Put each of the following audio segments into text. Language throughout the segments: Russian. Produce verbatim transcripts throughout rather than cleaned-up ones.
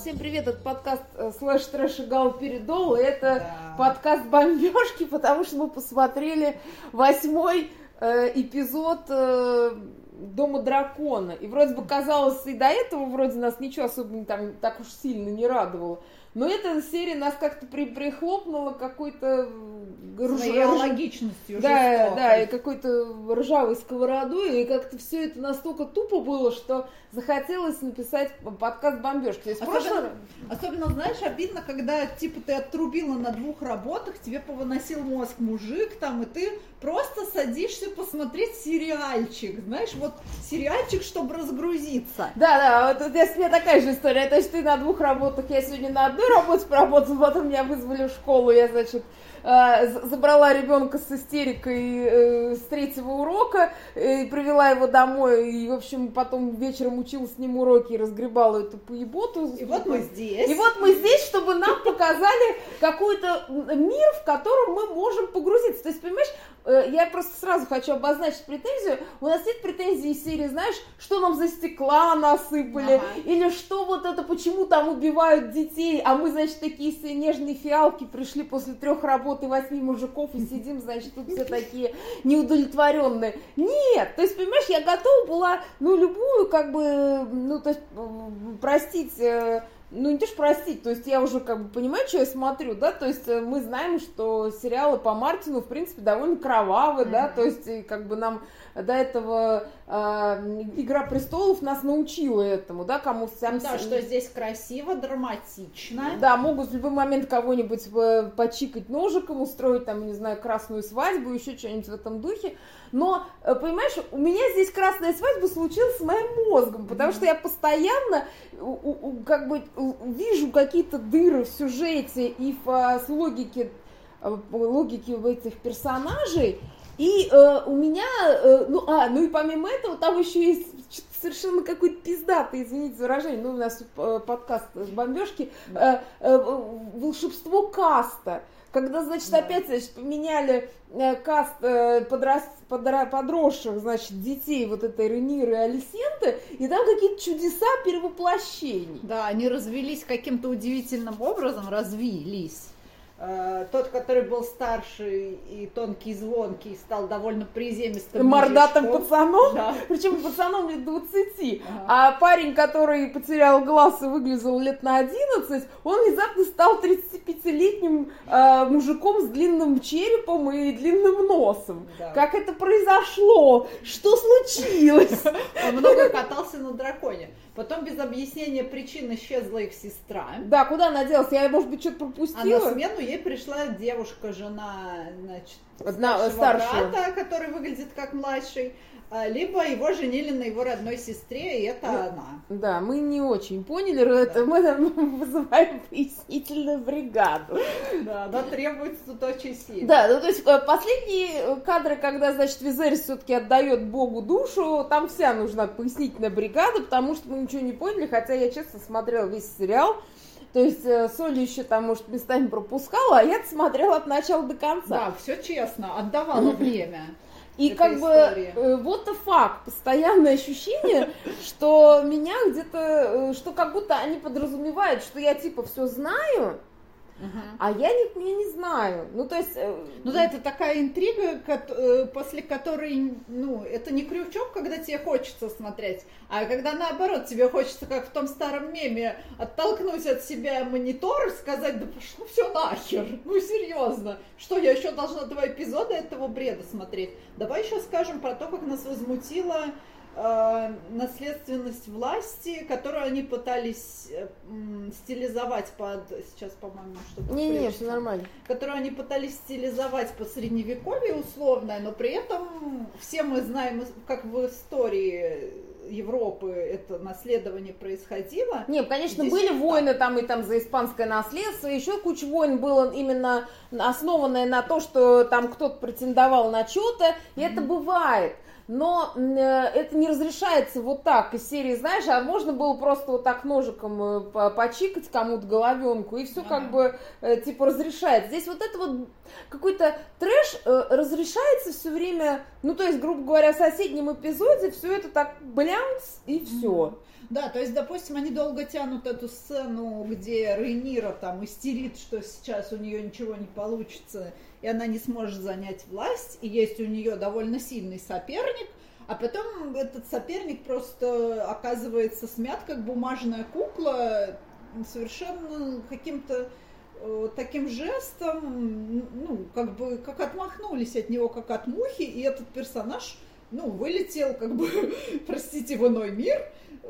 Всем привет, это подкаст слэш трэш и галперидол, и это Да. подкаст бомбежки, потому что мы посмотрели восьмой э, эпизод э, Дома дракона, и вроде бы казалось, и до этого вроде нас ничего особо там так уж сильно не радовало, но эта серия нас как-то при, прихлопнула какой-то своей логичностью, да, жестокой. да, и какой-то ржавой сковородой, и как-то все это настолько тупо было, что захотелось написать подкаст бомбежки. То есть Особенно, прошлое... особенно, знаешь, обидно, когда типа ты отрубила на двух работах, тебе повыносил мозг мужик там, и ты просто садишься посмотреть сериальчик, знаешь, вот сериальчик, чтобы разгрузиться. Да, да, вот у меня такая же история. То есть ты на двух работах, я сегодня на одной работе поработала, потом меня вызвали в школу, я, значит, забрала ребенка с истерикой э, с третьего урока, э, привела его домой, и, в общем, потом вечером учила с ним уроки и разгребала эту поеботу. И вот мы здесь. И вот мы здесь, чтобы нам показали какой-то мир, в котором мы можем погрузиться. То есть, понимаешь, э, я просто сразу хочу обозначить претензию. У нас нет претензий из серии, знаешь, что нам за стекла насыпали, Ага. или что вот это, почему там убивают детей, а мы, значит, такие все нежные фиалки пришли после трех работ и восьми мужиков и сидим, значит, тут все такие неудовлетворенные. Нет, то есть, понимаешь, я готова была, ну, любую, как бы, ну, то есть, простить, ну, не то, что простить, то есть, я уже, как бы, понимаю, что я смотрю, да, то есть, мы знаем, что сериалы по Мартину, в принципе, довольно кровавые, mm-hmm. да, то есть, и, как бы, нам до этого э, «Игра престолов» нас научила этому, да, кому сам... Да, что здесь красиво, драматично. Да, могут в любой момент кого-нибудь почикать ножиком, устроить, там, не знаю, красную свадьбу, еще что-нибудь в этом духе. Но, понимаешь, у меня здесь красная свадьба случилась с моим мозгом, потому mm-hmm. что я постоянно у, у, как бы вижу какие-то дыры в сюжете и в, в логике, в логике этих персонажей. И э, у меня, э, ну, а, ну и помимо этого, там еще есть совершенно какой-то пиздатый, извините за выражение, ну, у нас э, подкаст бомбежки, э, э, волшебство каста. Когда, значит, да. опять, значит, поменяли э, каст э, подрос, подро, подросших, значит, детей вот этой Рениры и Алисенты, и там какие-то чудеса перевоплощений. Да, они развелись каким-то удивительным образом, развились. Тот, который был старше и тонкий, и звонкий, стал довольно приземистым мордатым мужичком. пацаном, Да. Причем пацаном лет двадцати, ага. а парень, который потерял глаз и выглядел лет на одиннадцать, он внезапно стал тридцатипятилетним э, мужиком с длинным черепом и длинным носом. Да. Как это произошло? Что случилось? Он много катался на драконе. Потом без объяснения причин исчезла их сестра. Да, куда она делась? Я, может быть, что-то А пропустила? на смену ей пришла девушка, жена, значит, Одна, старшего брата, который выглядит как младший, либо его женили на его родной сестре, и это ну, она. Да, мы не очень поняли, да. это мы вызываем пояснительную бригаду. Да, она требуется тут очень сильно. Да, ну то есть последние кадры, когда, значит, Визерис все-таки отдает Богу душу, там вся нужна пояснительная бригада, потому что мы ничего не поняли, хотя я, честно, смотрела весь сериал. То есть Соли еще там, может, местами пропускала, а я-то смотрела от начала до конца. Да, все честно, отдавала время. И как истории. бы вот the fuck, постоянное ощущение, что меня где-то, что как будто они подразумевают, что я типа все знаю, Uh-huh. а я не, я не знаю. Ну, то есть... Ну да, это такая интрига, после которой, ну, это не крючок, когда тебе хочется смотреть, а когда наоборот, тебе хочется, как в том старом меме, оттолкнуть от себя монитор и сказать, да пошло все нахер, ну серьезно, что я еще должна два эпизода этого бреда смотреть? Давай еще скажем про то, как нас возмутило наследственность власти, которую они пытались э, стилизовать под... Сейчас, по-моему, что-то... Не-не, все нормально. Которую они пытались стилизовать по средневековью условно, но при этом все мы знаем, как в истории Европы это наследование происходило. Нет, конечно, Здесь были так. войны там и там за испанское наследство, еще куча войн было именно основанное на то, что там кто-то претендовал на что-то, и mm-hmm. это бывает. но э, это не разрешается вот так из серии, знаешь, а можно было просто вот так ножиком э, почикать кому-то головенку, и все ага. как бы э, типа разрешается. Здесь вот это вот какой-то трэш э, разрешается все время, ну то есть, грубо говоря, в соседнем эпизоде все это так блямц и все. Mm-hmm. Да, то есть, допустим, они долго тянут эту сцену, где Рейнира там истерит, что сейчас у нее ничего не получится, и она не сможет занять власть, и есть у нее довольно сильный соперник, а потом этот соперник просто оказывается смят, как бумажная кукла, совершенно каким-то э, таким жестом, ну, как бы, как отмахнулись от него, как от мухи, и этот персонаж, ну, вылетел, как бы, простите, в иной мир.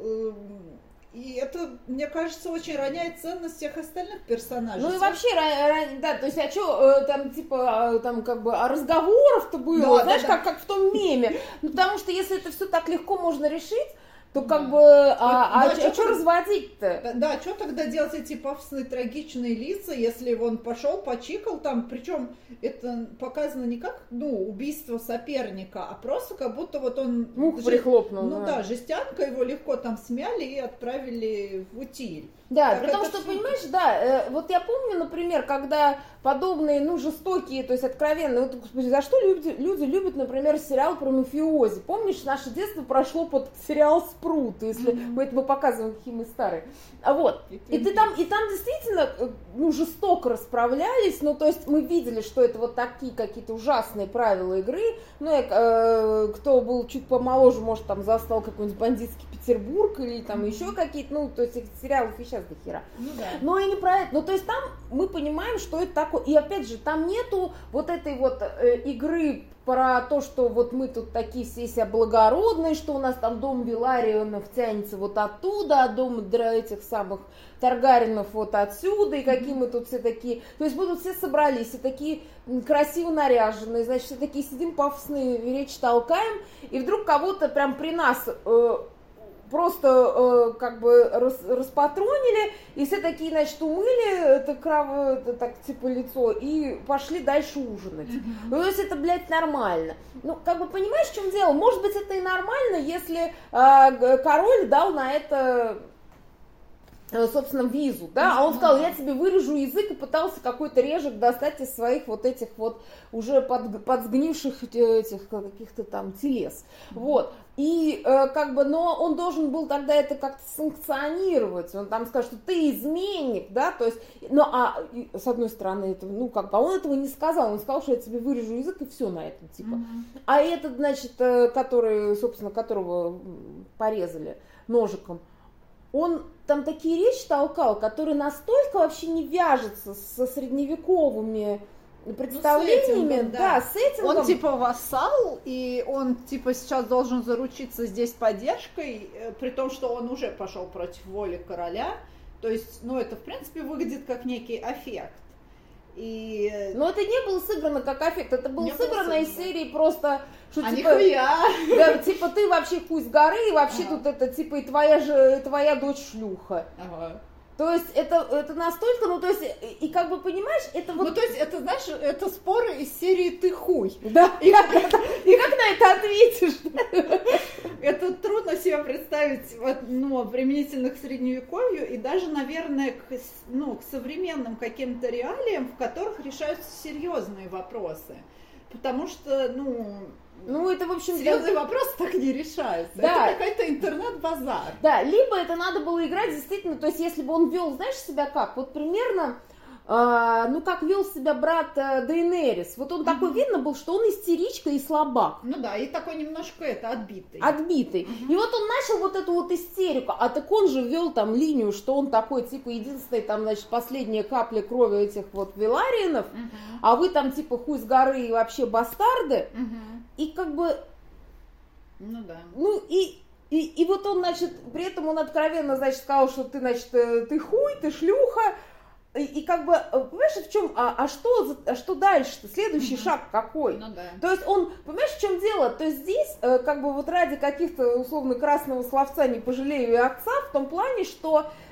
И это, мне кажется, очень роняет ценность всех остальных персонажей. Ну и вообще, да, то есть, а что, там, типа, там, как бы, а разговоров-то было, да, знаешь, да, да. Как, как в том меме. Ну, потому что если это все так легко можно решить, то как да. бы, а, да, а, что, а что разводить-то? Да, что тогда делать эти пафосные трагичные лица, если он пошел, почикал там, причем это показано не как, ну, убийство соперника, а просто как будто вот он... Мух прихлопнул. Ну да. да, жестянка, его легко там смяли и отправили в утиль. Да, так при том, что, все... понимаешь, да, э, вот я помню, например, когда подобные, ну, жестокие, то есть откровенные, вот, господи, за что люди, люди любят, например, сериал про мафиози? Помнишь, наше детство прошло под сериал «Спрут», если mm-hmm. мы это мы показываем, какие мы старые. А вот, и, и ты там, и там действительно, ну, жестоко расправлялись, ну, то есть мы видели, что это вот такие какие-то ужасные правила игры, ну, э, кто был чуть помоложе, может, там застал какой-нибудь бандитский Петербург или там mm-hmm. еще какие-то, ну, то есть этих сериалов еще до хера. Ну, да. Но и не про это. Ну, то есть там мы понимаем, что это такое. И опять же, там нету вот этой вот э, игры про то, что вот мы тут такие все себя благородные, что у нас там дом Виларионов тянется вот оттуда, а дом этих самых Таргаринов вот отсюда, и какие мы тут все такие. То есть мы тут все собрались, и такие красиво наряженные, значит, все такие сидим, пафосные речи толкаем, и вдруг кого-то прям при нас... Э, просто э, как бы рас, распатронили, и все такие, значит, умыли это краво, это, так, типа, лицо, и пошли дальше ужинать. Mm-hmm. Ну, то есть это, блядь, нормально. Ну, как бы, понимаешь, в чем дело? Может быть, это и нормально, если э, король дал на это... собственно, визу, да, а он сказал, я тебе вырежу язык, и пытался какой-то режек достать из своих вот этих вот уже под, подсгнивших этих каких-то там телес, вот, и э, как бы, но он должен был тогда это как-то санкционировать, он там скажет, что ты изменник, да, то есть, ну, а с одной стороны, это, ну, как бы, а он этого не сказал, он сказал, что я тебе вырежу язык, и все на этом, типа, mm-hmm. а этот, значит, который, собственно, которого порезали ножиком, он там такие речи толкал, которые настолько вообще не вяжутся со средневековыми представлениями, ну, сеттингом, да. да, сеттингом. Он типа вассал, и он типа сейчас должен заручиться здесь поддержкой, при том, что он уже пошел против воли короля. То есть, ну, это в принципе выглядит как некий аффект. И... Но это не было сыграно как аффект, это было не сыграно было из серии просто, что а типа, да, типа ты вообще хуй с горы, и вообще ага. тут это типа и твоя же, твоя дочь шлюха. Ага. То есть это, это настолько, ну то есть, и как бы понимаешь, это вот... Ну то есть это, знаешь, это споры из серии «ты хуй». Да, и как, и как на это ответишь? Это трудно себе представить, ну, применительно к средневековью и даже, наверное, к, ну, к современным каким-то реалиям, в которых решаются серьезные вопросы. Потому что, ну... Ну, это, в общем... Серьезные да... вопросы так не решаются. Да. Это какой-то интернет-базар. Да, либо это надо было играть действительно, то есть если бы он вел, знаешь, себя как? Вот примерно, э, ну, как вел себя брат э, Дейенерис. Вот он mm-hmm. такой, видно был, что он истеричка и слабак. Ну да, и такой немножко это, отбитый. Отбитый. Mm-hmm. И вот он начал вот эту вот истерику, а так он же вел там линию, что он такой, типа, единственный там, значит, последняя капля крови этих вот Вилариенов, mm-hmm. а вы там, типа, хуй с горы и вообще бастарды. Mm-hmm. И как бы, ну да, ну и, и, и вот он, значит, при этом он откровенно, значит, сказал, что ты, значит, ты хуй, ты шлюха, и, и как бы, понимаешь, в чем, а, а что, а что дальше-то, следующий mm-hmm. шаг какой? Ну да. То есть он, понимаешь, в чем дело, то есть здесь, как бы вот ради каких-то, условно, красного словца не пожалею и отца, в том плане, что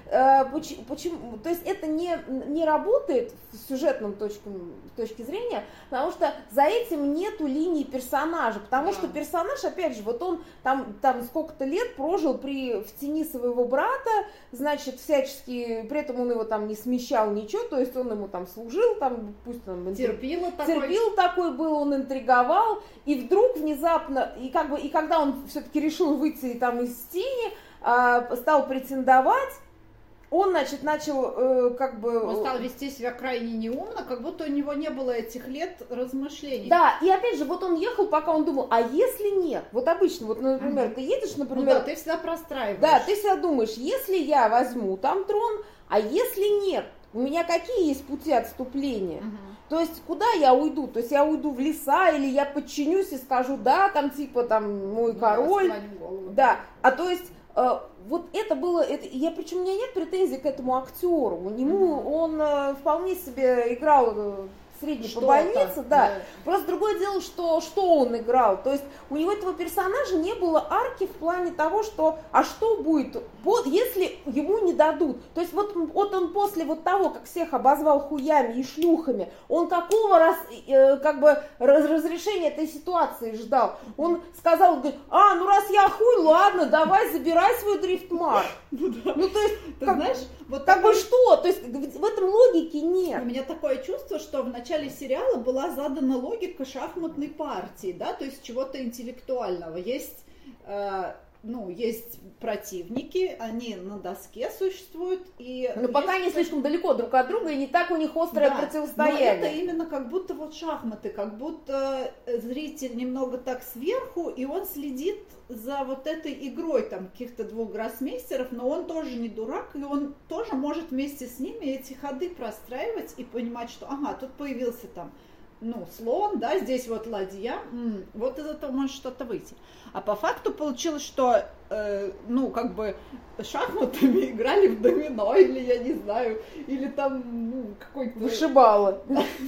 э, почему, почему, то есть это не, не работает в сюжетном точке, точке зрения, потому что за этим нету линии персонажа, потому да. что персонаж, опять же, вот он там, там сколько-то лет прожил при, в тени своего брата, значит, всячески, при этом он его там не смещал ничего, то есть он ему там служил, там, пусть там... Терпил такой. Терпил такой был, он интриговал, и вдруг внезапно, и как бы, и когда он все-таки решил выйти там из тени, э, стал претендовать, он, значит, начал э, как бы... Он стал вести себя крайне неумно, как будто у него не было этих лет размышлений. Да, и опять же, вот он ехал, пока он думал, а если нет? Вот обычно, вот, например, ты едешь, например... Ну да, ты всегда простраиваешь. Да, ты всегда думаешь, если я возьму там трон, а если нет? У меня какие есть пути отступления? Угу. То есть, куда я уйду? То есть, я уйду в леса, или я подчинюсь и скажу, да, там, типа, там, мой ну, король. Да, а то есть... Вот это было, это, я, причем у меня нет претензий к этому актеру, ему mm-hmm. он э, вполне себе играл э, средний по больнице, да. Yeah. Просто другое дело, что, что он играл, то есть у него этого персонажа не было арки в плане того, что, а что будет, вот, если ему не дадут, то есть вот, вот он после вот того, как всех обозвал хуями и шлюхами, он какого раз, э, как бы раз, разрешения этой ситуации ждал, он сказал, говорит, а, ну раз я хуй, ладно, давай забирай свой дрифтмарк. Ну то есть, ты как, знаешь, вот как такой... бы что, то есть в этом логики нет. У меня такое чувство, что в начале сериала была задана логика шахматной партии, да, то есть чего-то интеллектуального. Есть, э, ну, есть противники, они на доске существуют. И но пока они слишком далеко друг от друга, и не так у них острое да, противостояние. Но это именно как будто вот шахматы, как будто зритель немного так сверху, и он следит за вот этой игрой там каких-то двух гроссмейстеров, но он тоже не дурак, и он тоже может вместе с ними эти ходы простраивать и понимать, что ага, тут появился там, ну, слон, да, здесь вот ладья, м-м, вот из этого может что-то выйти. А по факту получилось, что, э, ну, как бы шахматами играли в домино, или я не знаю, или там, ну, какой-то... Вышибала.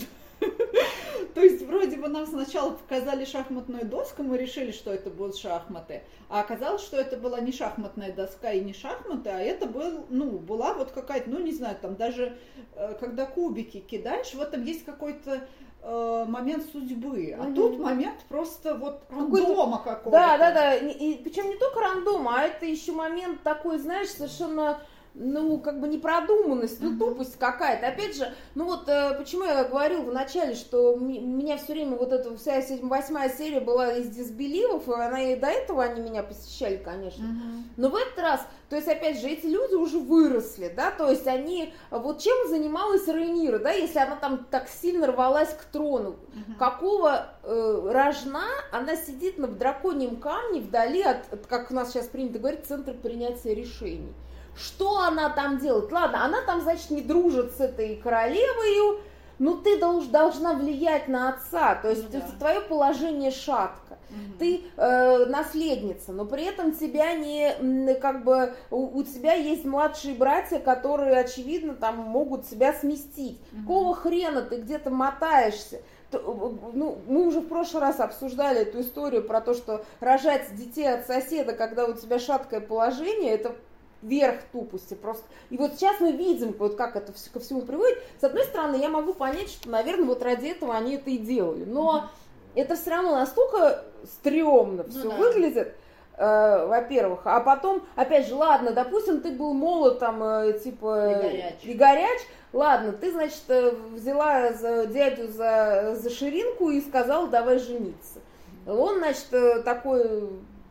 То есть вроде бы нам сначала показали шахматную доску, мы решили, что это будут шахматы, а оказалось, что это была не шахматная доска и не шахматы, а это был, ну, была вот какая-то, ну не знаю, там даже э, когда кубики кидаешь, в этом есть какой-то э, момент судьбы, а mm-hmm. тут момент просто вот рандома какого-то. Да, да, да, и, и причем не только рандома, а это еще момент такой, знаешь, совершенно... ну, как бы непродуманность, ну, тупость какая-то. Опять же, ну вот, э, почему я говорил в начале, что м- меня все время вот эта вся восьмая серия была из дисбеливов, и она и до этого они меня посещали, конечно. Uh-huh. Но в этот раз, то есть, опять же, эти люди уже выросли, да, то есть они, вот чем занималась Рейнира, да, если она там так сильно рвалась к трону, uh-huh. какого э, рожна она сидит на драконьем камне вдали от, как у нас сейчас принято говорить, центра принятия решений. Что она там делает? Ладно, она там, значит, не дружит с этой королевой, но ты долж, должна влиять на отца, то есть ну, да. твое положение шатко, угу. ты э, наследница, но при этом тебя не, как бы, у, у тебя есть младшие братья, которые, очевидно, там могут себя сместить. Угу. Какого хрена ты где-то мотаешься? Ну, мы уже в прошлый раз обсуждали эту историю про то, что рожать детей от соседа, когда у тебя шаткое положение, это верх тупости просто. И вот сейчас мы видим, вот как это все, ко всему приводит. С одной стороны, я могу понять, что, наверное, вот ради этого они это и делали. Но mm-hmm. это все равно настолько стрёмно все ну, да. выглядит, э, во-первых. А потом, опять же, ладно, допустим, ты был молод, там, э, типа... И горяч. И горяч. Ладно, ты, значит, взяла за дядю за, за ширинку и сказала, давай жениться. Он, значит, такой,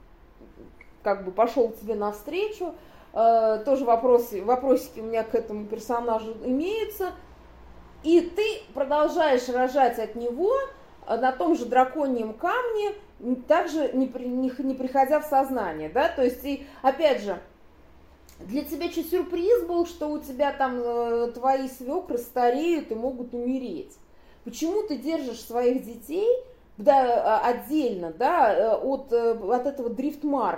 как бы, пошел тебе навстречу. Uh, тоже вопросы, вопросики у меня к этому персонажу имеются. И ты продолжаешь рожать от него на том же драконьем камне, также не, не, не приходя в сознание. Да? То есть, и, опять же, для тебя что, сюрприз был, что у тебя там э, твои свекры стареют и могут умереть? Почему ты держишь своих детей да, отдельно да, от, от этого дрифтмарка?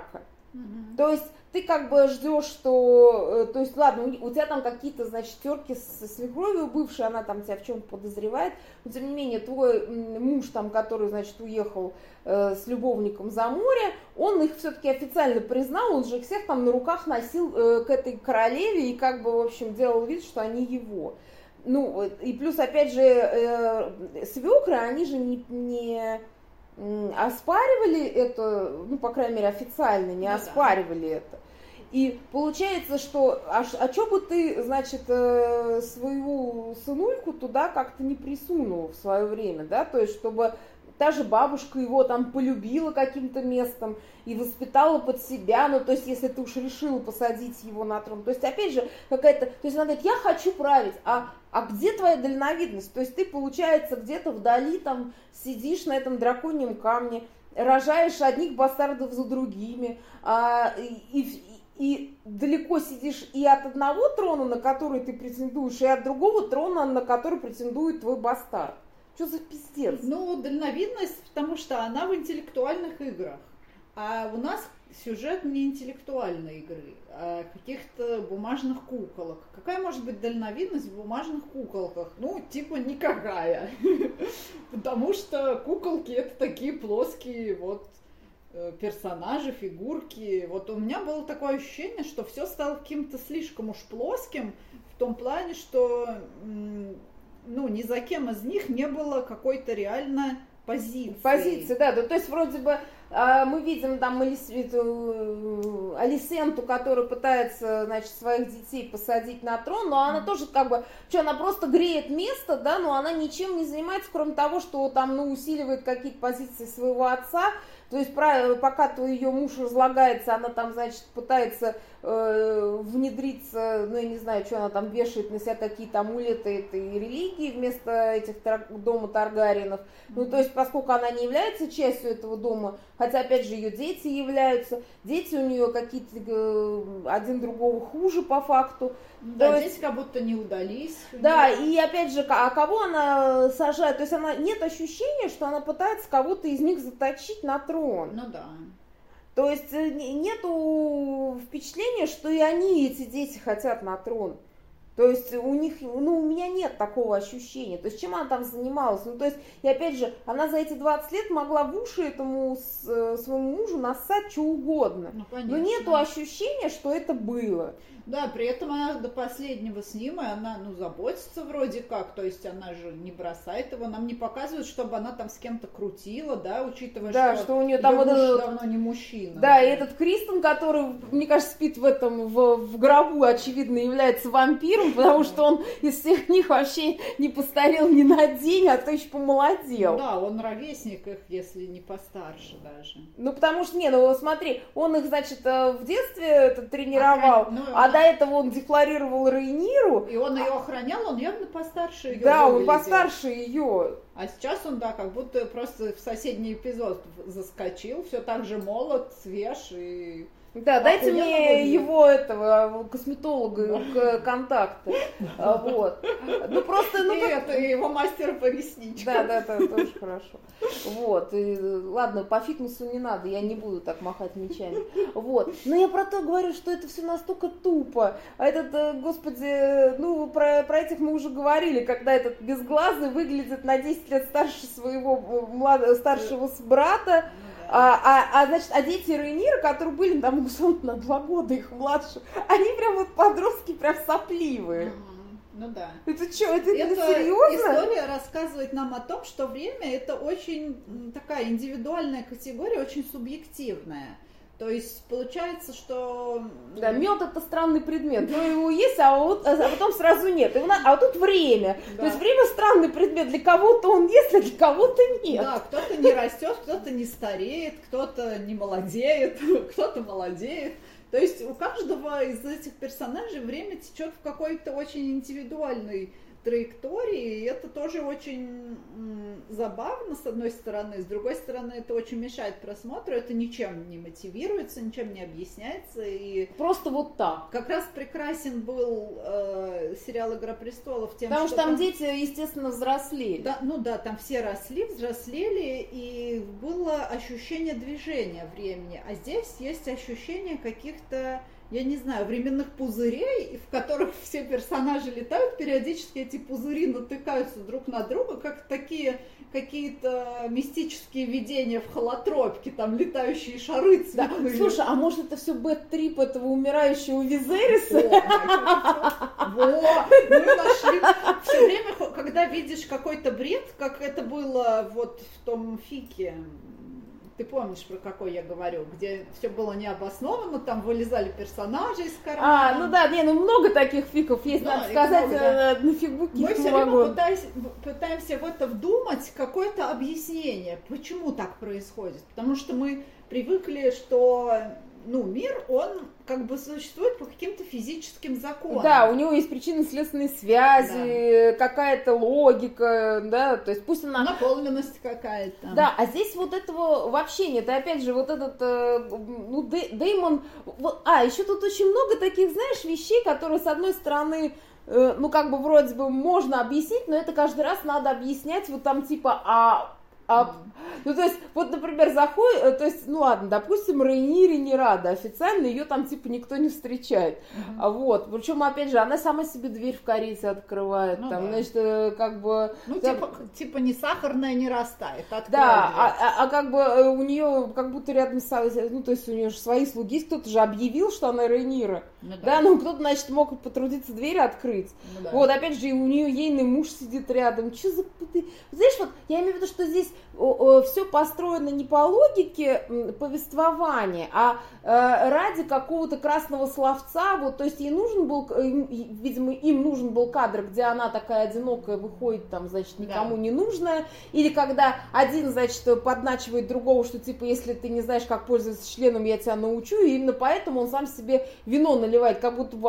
Mm-hmm. То есть ты как бы ждешь, что, то есть, ладно, у тебя там какие-то, значит, терки со свекровью бывшей, она там тебя в чем-то подозревает, но тем не менее твой муж там, который, значит, уехал э, с любовником за море, он их все-таки официально признал, он же их всех там на руках носил э, к этой королеве и как бы, в общем, делал вид, что они его. Ну, и плюс, опять же, э, свекры, они же не... не оспаривали это, ну, по крайней мере, официально не ну, оспаривали да. это. И получается, что, а, а что бы ты, значит, э, свою сынульку туда как-то не присунул в свое время, да, то есть, чтобы та же бабушка его там полюбила каким-то местом и воспитала под себя, ну, то есть, если ты уж решила посадить его на трон, то есть, опять же, какая-то, то есть, она говорит, я хочу править, а, а где твоя дальновидность? То есть, ты, получается, где-то вдали там сидишь на этом драконьем камне, рожаешь одних бастардов за другими, а, и, и, и далеко сидишь и от одного трона, на который ты претендуешь, и от другого трона, на который претендует твой бастард. Что за пиздец? Ну, дальновидность, потому что она в интеллектуальных играх. А у нас сюжет не интеллектуальной игры, а каких-то бумажных куколок. Какая может быть дальновидность в бумажных куколках? Ну, типа никакая. Потому что куколки это такие плоские вот персонажи, фигурки. Вот у меня было такое ощущение, что все стало каким-то слишком уж плоским в том плане, что ну, ни за кем из них не было какой-то реально позиции. Позиции, да, да, то есть вроде бы э, мы видим там Алис, эту, Алисенту, которая пытается, значит, своих детей посадить на трон, но она mm-hmm. тоже как бы, что она просто греет место, да, но она ничем не занимается, кроме того, что там, ну, усиливает какие-то позиции своего отца. То есть пока твой ее муж разлагается, она там, значит, пытается э, внедриться, ну, я не знаю, что она там вешает на себя какие-то амулеты этой религии вместо этих дома Таргариенов. Ну, то есть, поскольку она не является частью этого дома, хотя, опять же, ее дети являются, дети у нее какие-то э, один другого хуже по факту. Да, то дети есть, как будто не удались. Да, и опять же, а кого она сажает? То есть она нет ощущения, что она пытается кого-то из них заточить на трон. Ну да. То есть нету впечатления, что и они, эти дети, хотят на трон. То есть у них, ну, у меня нет такого ощущения. То есть чем она там занималась? Ну, то есть, и опять же, она за эти двадцать лет могла в уши этому своему мужу нассать что угодно. Ну, но нету ощущения, что это было. Да, при этом она до последнего с ним, и она, ну, заботится вроде как, то есть она же не бросает его, нам не показывают, чтобы она там с кем-то крутила, да, учитывая, да, что, что у нее там муж этот... давно не мужчина. Да, да, и этот Кристен, который, мне кажется, спит в этом, в, в гробу, очевидно, является вампиром, потому что он из всех них вообще не постарел ни на день, а то еще помолодел. Ну, да, он ровесник их, если не постарше даже. Ну, потому что, не, ну, смотри, он их, значит, в детстве это тренировал, Охран... ну, а до этого он декларировал Рейниру. И он ее охранял, он явно постарше ее. Да, выглядел. Он постарше ее. А сейчас он, да, как будто просто в соседний эпизод заскочил, все так же молод, свеж и... Да, дайте мне его, этого, косметолога, да. контакты. Вот. Ну, просто... Ну, и как... это, его мастера по ресничкам. Да, да, это тоже хорошо. Вот. И, ладно, по фитнесу не надо, я не буду так махать мечами. Вот. Но я про то говорю, что это все настолько тупо. А этот, господи, ну, про, про этих мы уже говорили, когда этот безглазый выглядит на десять лет старше своего млад... старшего брата. А, а, а, значит, а дети Рейнира, которые были там, условно, на два года их младше, они прям вот подростки, прям сопливые. Mm-hmm. Ну да. Это что, это, это, это серьезно? История рассказывает нам о том, что время это очень такая индивидуальная категория, очень субъективная. То есть получается, что... Да, мед это странный предмет. Ну, его есть, а, вот, а потом сразу нет. И у нас, а вот тут время. Да. То есть время странный предмет. Для кого-то он есть, а для кого-то нет. Да, кто-то не растет, кто-то не стареет, кто-то не молодеет, кто-то молодеет. То есть у каждого из этих персонажей время течет в какой-то очень индивидуальной траектории, и это тоже очень м, забавно, с одной стороны, с другой стороны, это очень мешает просмотру, это ничем не мотивируется, ничем не объясняется, и просто вот так. Как раз прекрасен был э, сериал «Игра престолов» тем, потому что, что там, там дети, естественно, взрослели. Да, ну да, там все росли, взрослели, и было было ощущение движения времени, а здесь есть ощущение каких-то, я не знаю, временных пузырей, в которых все персонажи летают, периодически эти пузыри натыкаются друг на друга, как такие какие-то мистические видения в холотропке, там летающие шары цветные. Да. Слушай, а может это все бэт-трип этого умирающего Визериса? Во, мы нашли. Все время, когда видишь какой-то бред, как это было вот в том фике, ты помнишь, про какой я говорю, где все было необоснованно, там вылезали персонажи из кармана. А, ну да, не, ну много таких фиков есть, да, надо сказать, много, да. на фигуки. Мы все время пытаемся, пытаемся в это вдумать какое-то объяснение, почему так происходит. Потому что мы привыкли, что ну, мир, он как бы существует по каким-то физическим законам. Да, у него есть причинно-следственные связи, да. какая-то логика, да, то есть пусть она... Наполненность какая-то. Да, а здесь вот этого вообще нет. И опять же, вот этот, ну, Дэймон... Вот, а, еще тут очень много таких, знаешь, вещей, которые, с одной стороны, ну, как бы вроде бы можно объяснить, но это каждый раз надо объяснять вот там типа, а... А, ну, то есть, вот, например, заходит, то есть, ну, ладно, допустим, Рейнири не рада, официально ее там, типа, никто не встречает, uh-huh. а вот, причем, опять же, она сама себе дверь в карете открывает, ну, там, да. значит, как бы... Ну, там, типа, типа, не сахарная не растает, да, а, а, а как бы у нее, как будто рядом с, ну, то есть, у нее же свои слуги, кто-то же объявил, что она Рейнира, ну, да. да, ну, кто-то, значит, мог потрудиться дверь открыть, ну, да. вот, опять же, у нее ейный муж сидит рядом, что за... Знаешь, вот, я имею в виду, что здесь все построено не по логике повествования, а ради какого-то красного словца, вот, то есть ей нужен был, видимо, им нужен был кадр, где она такая одинокая выходит, там, значит, никому да. не нужная, или когда один, значит, подначивает другого, что, типа, если ты не знаешь, как пользоваться членом, я тебя научу, и именно поэтому он сам себе вино наливает, как будто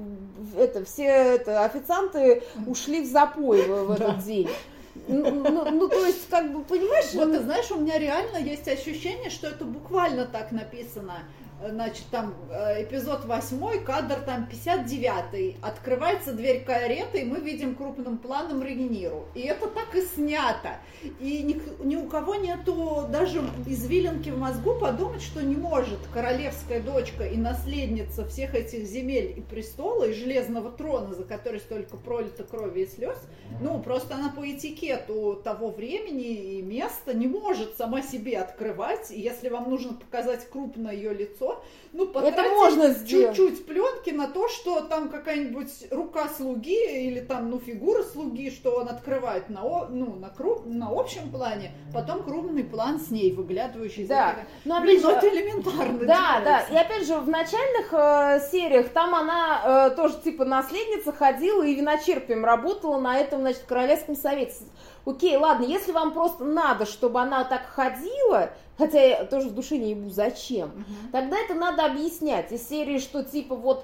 это, все это, официанты ушли в запой в, в этот день. Ну, ну, ну, то есть, как бы, понимаешь... Вот, ты знаешь, у меня реально есть ощущение, что это буквально так написано. Значит, там эпизод восьмой, кадр там пятьдесят девятый. Открывается дверь кареты, и мы видим крупным планом Рейниру. И это так и снято. И ни, ни у кого нету даже извилинки в мозгу подумать, что не может королевская дочка и наследница всех этих земель и престола, и железного трона, за который столько пролито крови и слез, ну, просто она по этикету того времени и места не может сама себе открывать. И если вам нужно показать крупное ее лицо, ну, потратить чуть-чуть пленки на то, что там какая-нибудь рука слуги или там, ну, фигура слуги, что он открывает на, ну, на, круг, на общем плане, потом крупный план с ней, выглядывающий. Да, но опять же, это элементарно. Да, делается. Да, и опять же, в начальных э, сериях там она э, тоже типа наследница ходила и виночерпием работала на этом, значит, королевском совете. Окей, ладно, если вам просто надо, чтобы она так ходила, хотя я тоже в душе не ебу, зачем, uh-huh. тогда это надо объяснять. Из серии, что типа вот,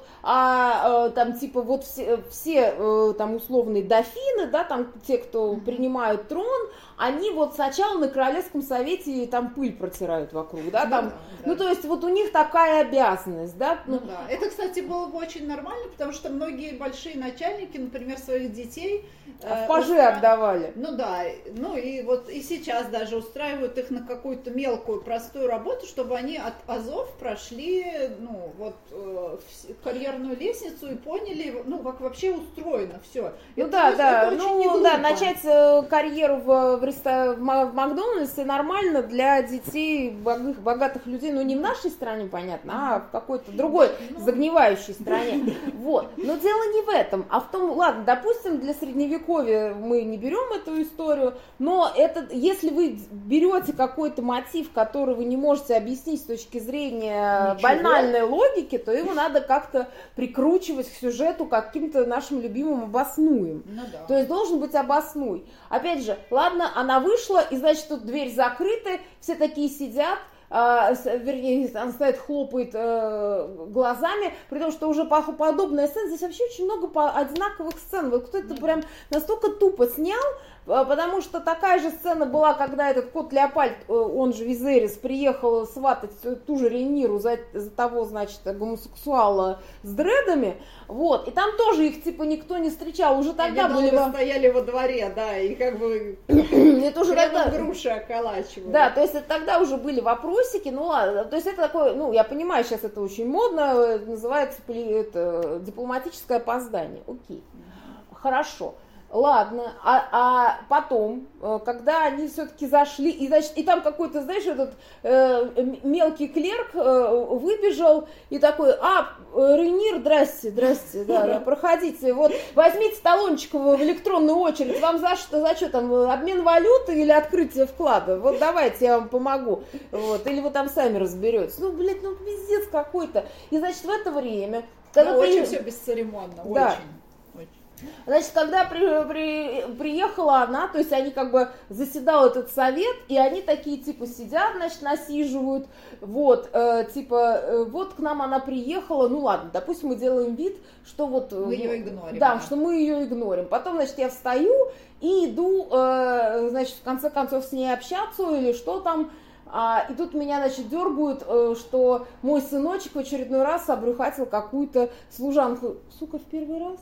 а, а, там типа вот все, все а, там условные дофины, да, там те, кто uh-huh. принимают трон, они вот сначала на Королевском совете там пыль протирают вокруг, да, там, ну, да, да. ну то есть вот у них такая обязанность, да. Ну, ну да, это, кстати, было бы очень нормально, потому что многие большие начальники, например, своих детей а в пажи устра... отдавали. Ну да, ну и вот и сейчас даже устраивают их на какую-то мелкую простую работу, чтобы они от азов прошли, ну вот э, карьерную лестницу и поняли, ну как вообще устроено все. Ну это, да, это да, очень ну да, начать карьеру в, в, реста... в Макдональдсе нормально для детей богатых, богатых людей, ну не в нашей стране, понятно, а в какой-то другой загнивающей стране. Вот, но дело не в этом, а в том, ладно, допустим, для средневековья мы не берем эту историю, но это, если вы берете какой-то мотив, который вы не можете объяснить с точки зрения Ничего. банальной логики, то его надо как-то прикручивать к сюжету каким-то нашим любимым обоснуем. Ну, да. То есть должен быть обоснуй. Опять же, ладно, она вышла, и значит тут дверь закрыта, все такие сидят, Uh, вернее, она стоит, хлопает uh, глазами, при том, что уже подобная сцена, здесь вообще очень много одинаковых сцен, вот кто-то прям настолько тупо снял, Потому что такая же сцена была, когда этот кот Леопольд, он же Визерис, приехал сватать ту же Рейниру за, за того, значит, гомосексуала с дредами. Вот. И там тоже их типа никто не встречал. Уже тогда они были... Во... стояли во дворе, да, и как бы это уже тогда... груши околачивали. Да, то есть это тогда уже были вопросики, ну ладно. То есть это такое, ну, я понимаю, сейчас это очень модно, называется это, дипломатическое опоздание. Окей. Хорошо. Ладно, а, а потом, когда они все-таки зашли, и, значит, и там какой-то, знаешь, этот э, мелкий клерк э, выбежал и такой, а, Рейнир, здрасте, здрасте, да, да, проходите, вот, возьмите талончик в электронную очередь, вам за что, за что там, обмен валюты или открытие вклада, вот давайте я вам помогу, вот, или вы там сами разберетесь, ну, блядь, ну, пиздец какой-то, и, значит, в это время... Когда ну, очень при... все бесцеремонно, да. очень. Значит, когда при, при, приехала она, то есть они как бы заседал этот совет, и они такие типа сидят, значит, насиживают, вот, э, типа, э, вот к нам она приехала, ну ладно, допустим, мы делаем вид, что вот... Мы ее игнорим. Да, да, что мы ее игнорим. Потом, значит, я встаю и иду, э, значит, в конце концов с ней общаться или что там, а, и тут меня, значит, дергают, э, что мой сыночек в очередной раз обрюхатил какую-то служанку. Сука, в первый раз?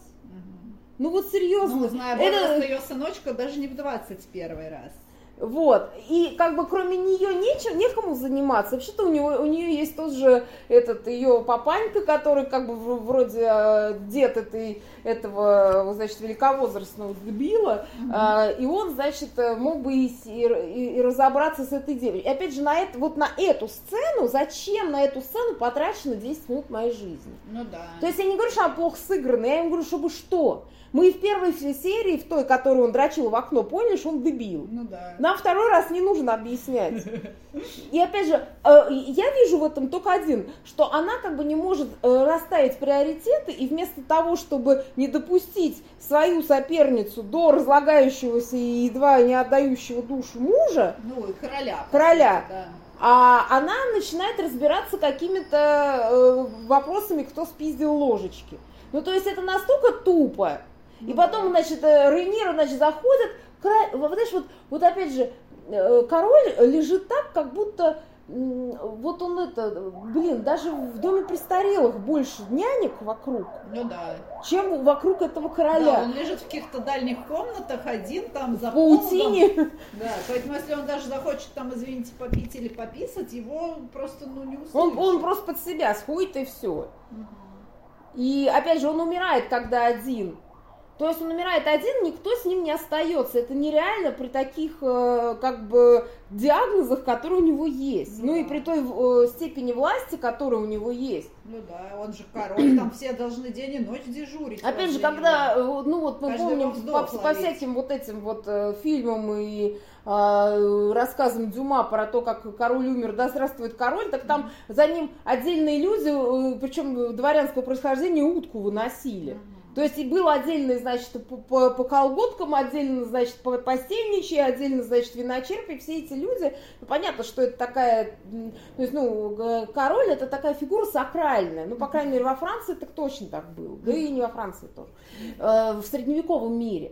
Ну вот серьезно. Ну, зная возраст это... ее сыночка, даже не в двадцать первый раз. Вот, и как бы кроме нее нечем, некому заниматься. Вообще-то у, него, у нее есть тот же этот ее папанька, который как бы вроде дед этой, этого, значит, великовозрастного дебила, mm-hmm. и он, значит, мог бы и, и, и разобраться с этой девочкой. И опять же, на это, вот на эту сцену, зачем на эту сцену потрачено десять минут моей жизни? Ну да. То есть я не говорю, что она плохо сыграна, я им говорю, чтобы что? Мы в первой серии, в той, которую он дрочил в окно, поняли, что он дебил. Ну да. Нам второй раз не нужно объяснять. И опять же, я вижу в этом только один, что она как бы не может расставить приоритеты, и вместо того, чтобы не допустить свою соперницу до разлагающегося и едва не отдающего душу мужа, ну, и короля. Короля. Да. А она начинает разбираться какими-то вопросами, кто спиздил ложечки. Ну, то есть это настолько тупо. И потом, значит, Рейнира, значит, заходит, знаешь, вот, вот опять же, король лежит так, как будто, вот он это, блин, даже в доме престарелых больше нянек вокруг, ну да, чем вокруг этого короля. Да, он лежит в каких-то дальних комнатах один, там, за паутине. Полом. Да, поэтому если он даже захочет там, извините, попить или пописать, его просто, ну, не услышит. Он, он просто под себя сходит и все. Угу. И опять же, он умирает, когда один. То есть он умирает один, никто с ним не остается. Это нереально при таких э, как бы диагнозах, которые у него есть. Ну, ну да. И при той э, степени власти, которая у него есть. Ну да, он же король, там все должны день и ночь дежурить. Опять же, когда, него. ну вот мы Каждый помним по, по всяким вот этим вот э, фильмам и э, рассказам Дюма про то, как король умер, да здравствует король, так там mm-hmm. за ним отдельные люди, э, причем дворянского происхождения, утку выносили. Mm-hmm. То есть и было отдельно, значит, по, по, по колготкам, отдельно, значит, по постельничьи, отдельно, значит, виночерпи. Все эти люди, ну, понятно, что это такая, то есть, ну, король это такая фигура сакральная. Ну, по крайней мере, во Франции так точно так было. Да и не во Франции тоже. В средневековом мире.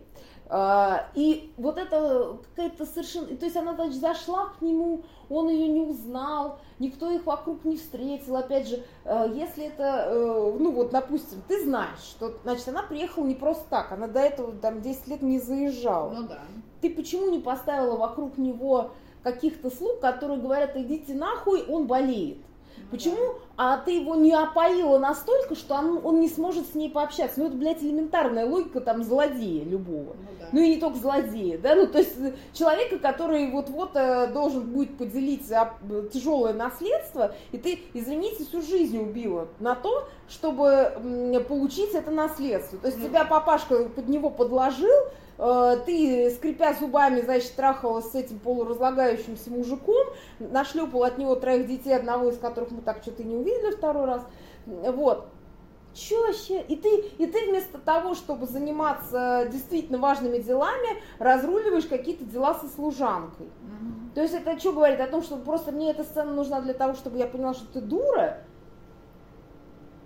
И вот это какая-то совершенно... То есть она, значит, зашла к нему, он ее не узнал, никто их вокруг не встретил. Опять же, если это, ну вот, допустим, ты знаешь, что, значит, она приехала не просто так, она до этого там десять лет не заезжала. Ну да. Ты почему не поставила вокруг него каких-то слуг, которые говорят, идите нахуй, он болеет? Почему? А ты его не опоила настолько, что он, он не сможет с ней пообщаться. Ну, это, блядь, элементарная логика там злодея любого. Ну, да. Ну и не только злодея, да, ну, то есть человека, который вот-вот должен будет поделить тяжелое наследство, и ты, извините, всю жизнь убила на то, чтобы получить это наследство. То есть ну, тебя папашка под него подложил, ты, скрипя зубами, значит, трахалась с этим полуразлагающимся мужиком, нашлепал от него троих детей, одного из которых мы так что-то не увидели второй раз, вот. Че вообще? И ты, и ты вместо того, чтобы заниматься действительно важными делами, разруливаешь какие-то дела со служанкой. Mm-hmm. То есть это что говорит? О том, что просто мне эта сцена нужна для того, чтобы я поняла, что ты дура?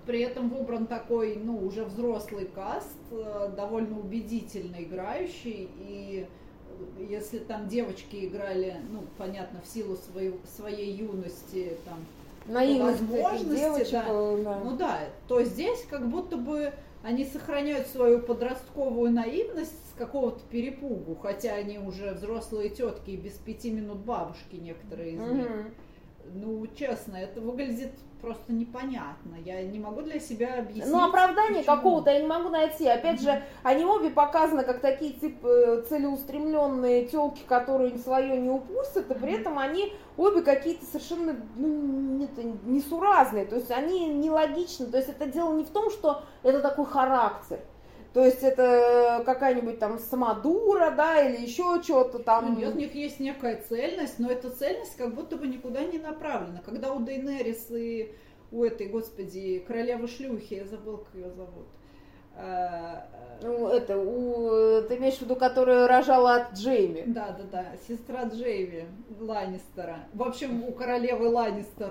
при этом выбран такой, ну, уже взрослый каст, довольно убедительно играющий, и если там девочки играли, ну, понятно, в силу своей, своей юности, там, наивность возможности, девочек, да. да. Ну да, то здесь как будто бы они сохраняют свою подростковую наивность с какого-то перепугу, хотя они уже взрослые тетки и без пяти минут бабушки некоторые из них. Мгм. Ну, честно, это выглядит просто непонятно. Я не могу для себя объяснить. Ну, оправдания почему. какого-то я не могу найти. Опять же, они обе показаны как такие типа целеустремленные телки, которые свое не упустят, и при этом они обе какие-то совершенно ну, это, несуразные. То есть они нелогичны. То есть это дело не в том, что это такой характер. То есть это какая-нибудь там самодура, да, или еще что-то там. Нет, у них есть некая цельность, но эта цельность как будто бы никуда не направлена. Когда у Дейнерис и у этой, господи, королевы шлюхи, я забыл, как ее зовут. Ну, это, у, ты имеешь в виду, которая рожала от Джейми? Да, да, да, сестра Джейми Ланнистера. В общем, у королевы Ланнистер,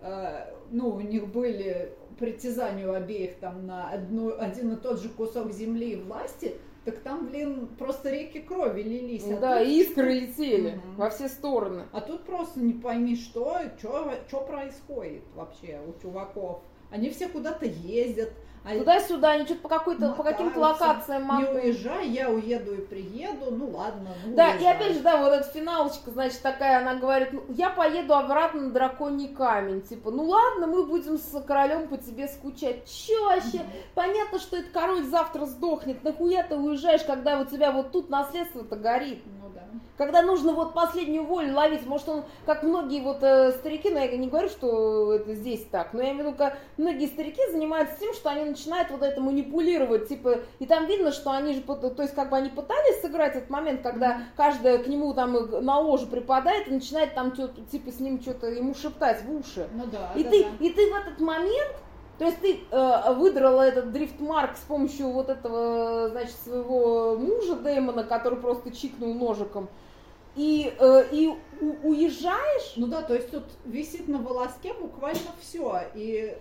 ну, у них были притязания у обеих там на одну, один и тот же кусок земли и власти, так там, блин, просто реки крови лились. А да, тут... искры летели угу. во все стороны. А тут просто не пойми, что, что происходит вообще у чуваков. Они все куда-то ездят. А туда-сюда, они что-то по, какой-то, по каким-то локациям могут. Не уезжай, я уеду и приеду, ну ладно, ну да, уезжай. И опять же, да, вот эта финалочка, значит, такая, она говорит, ну, я поеду обратно на Драконий камень, типа, ну ладно, мы будем с королем по тебе скучать. Че вообще? Mm-hmm. Понятно, что этот король завтра сдохнет, нахуя ты уезжаешь, когда у тебя вот тут наследство-то горит? Ну да. Когда нужно вот последнюю волю ловить, может он, как многие вот э, старики, но я не говорю, что это здесь так, но я имею в виду, как многие старики занимаются тем, что они начинают вот это манипулировать, типа, и там видно, что они же, то есть как бы они пытались сыграть этот момент, когда mm-hmm. каждая к нему там на ложе припадает и начинает там что-то, типа, с ним что-то ему шептать в уши. Ну да, и, да, ты, да. и ты в этот момент, то есть ты э, выдрала этот дрифтмарк с помощью вот этого, значит, своего мужа Дэймона, который просто чикнул ножиком, и, э, и у, уезжаешь. Ну да, то есть тут висит на волоске буквально все, и,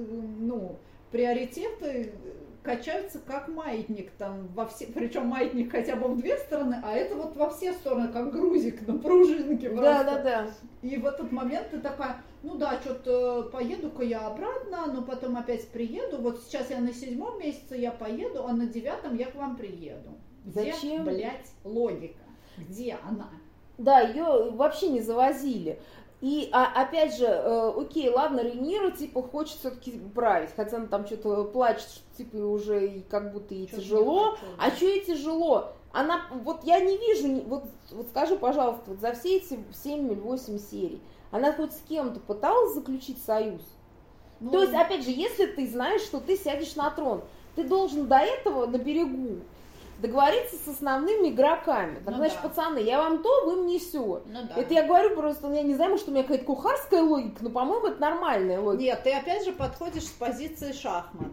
ну, приоритеты качаются как маятник там во все, причем маятник хотя бы в две стороны, а это вот во все стороны, как грузик на пружинке. Да, да, да. И в этот момент ты такая, ну да, что-то поеду-ка я обратно, но потом опять приеду. Вот сейчас я на седьмом месяце я поеду, а на девятом я к вам приеду. Где, зачем? Блять, логика? Где она? Да, ее вообще не завозили. И а, опять же, э, окей, ладно, Рейнира, типа, хочет все-таки править, хотя она там что-то плачет, что, типа, уже и как будто ей что-то тяжело. Хочу, да. А что ей тяжело? Она, вот я не вижу, вот, вот скажи, пожалуйста, вот за все эти семь или восемь серий, она хоть с кем-то пыталась заключить союз? Ну, то есть, опять же, если ты знаешь, что ты сядешь на трон, ты должен до этого на берегу договориться с основными игроками. Так, ну, значит, да. Пацаны, я вам то, вы мне все. Ну, да. Это я говорю просто, я не знаю, может, у меня какая-то кухарская логика, но, по-моему, это нормальная логика. Нет, ты опять же подходишь с позиции шахмат.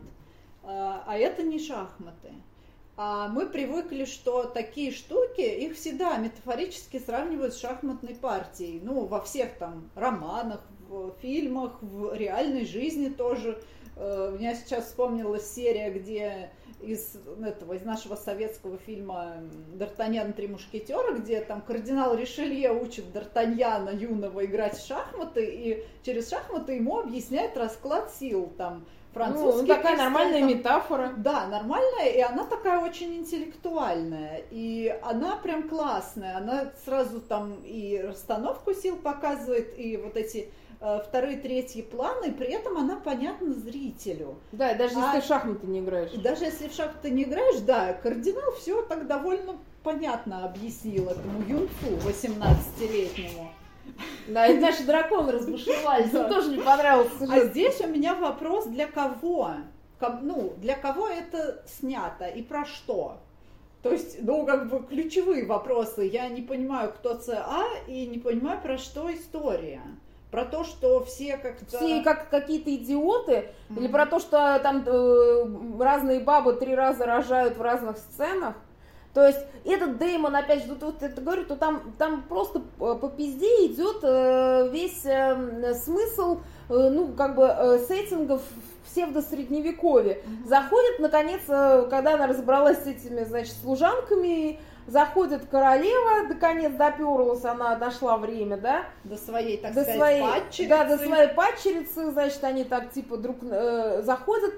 А это не шахматы. А мы привыкли, что такие штуки, их всегда метафорически сравнивают с шахматной партией. Ну, во всех там романах, в фильмах, в реальной жизни тоже. У меня сейчас вспомнилась серия, где из этого, из нашего советского фильма «Д'Артаньян. Три мушкетера», где там кардинал Ришелье учит Д'Артаньяна юного играть в шахматы, и через шахматы ему объясняет расклад сил, там, французский. Ну, такая пистол, нормальная там, метафора. Да, нормальная, и она такая очень интеллектуальная, и она прям классная, она сразу там и расстановку сил показывает, и вот эти вторые, третьи планы, и при этом она понятна зрителю. Да, и даже а, если в шахматы не играешь. Даже если в шахматы не играешь, да, кардинал все так довольно понятно объяснил этому юнцу восемнадцатилетнему. Да, и наши драконы разбушевались, им тоже не понравился сюжет. А здесь у меня вопрос, для кого? Ну, для кого это снято и про что? То есть, ну, как бы ключевые вопросы. Я не понимаю, кто ЦА, и не понимаю, про что история. Про то, что все как-то... Все как какие-то идиоты, mm-hmm. или про то, что там э, разные бабы три раза рожают в разных сценах. То есть этот Дэймон, опять же, тут вот это говорю, то там, там просто по пизде идет э, весь э, смысл, э, ну, как бы, э, сеттингов псевдосредневековье. Mm-hmm. Заходит, наконец, когда она разобралась с этими, значит, служанками, заходит королева, наконец доперлась, она нашла время, да? До своей, так до сказать, своей, падчерицы. Да, до своей падчерицы, значит, они так, типа, друг э, заходят.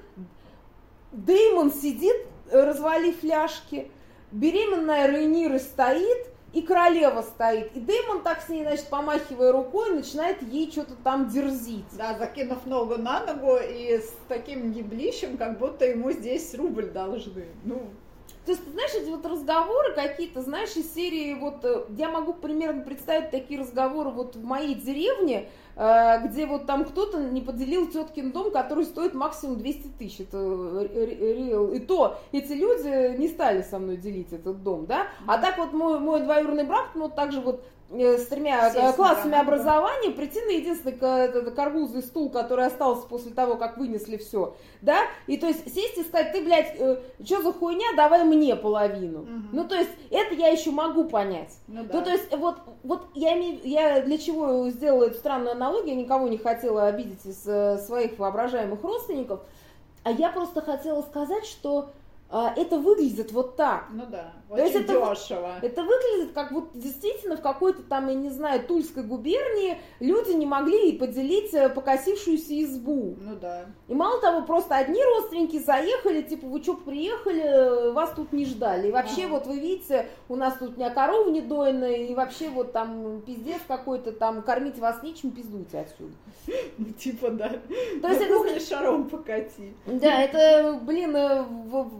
Дэймон сидит, развалив фляжки, беременная Рейнира стоит, и королева стоит. И Дэймон так с ней, значит, помахивая рукой, начинает ей что-то там дерзить. Да, закинув ногу на ногу и с таким еблищем, как будто ему здесь рубль должны. Ну... То есть, ты знаешь, эти вот разговоры какие-то, знаешь, из серии, вот, я могу примерно представить такие разговоры вот в моей деревне, где вот там кто-то не поделил теткин дом, который стоит максимум двести тысяч, это реал. И то эти люди не стали со мной делить этот дом, да, а так вот мой, мой двоюродный брат, ну, также вот с тремя Сесть классами да, образования, да. прийти на единственный каргузый стул, который остался после того, как вынесли все, да, и то есть сесть и сказать, ты, блядь, э, что за хуйня, давай мне половину. Угу. Ну, то есть это я еще могу понять. Ну, да. то, то есть вот, вот я, имею, я для чего сделала эту странную аналогию, я никого не хотела обидеть из э, своих воображаемых родственников, а я просто хотела сказать, что а, это выглядит вот так. Ну да, очень очень это, дешево. Это выглядит как вот действительно в какой-то там, я не знаю, Тульской губернии люди не могли поделить покосившуюся избу. Ну да. И мало того, просто одни родственники заехали, типа, вы что, приехали, вас тут не ждали. И вообще, ага. вот вы видите, у нас тут у меня корова не дойная, и вообще вот там пиздец какой-то, там кормить вас нечем, пиздуйте отсюда. Ну типа да. То есть это шаром покати. Да, это, блин, в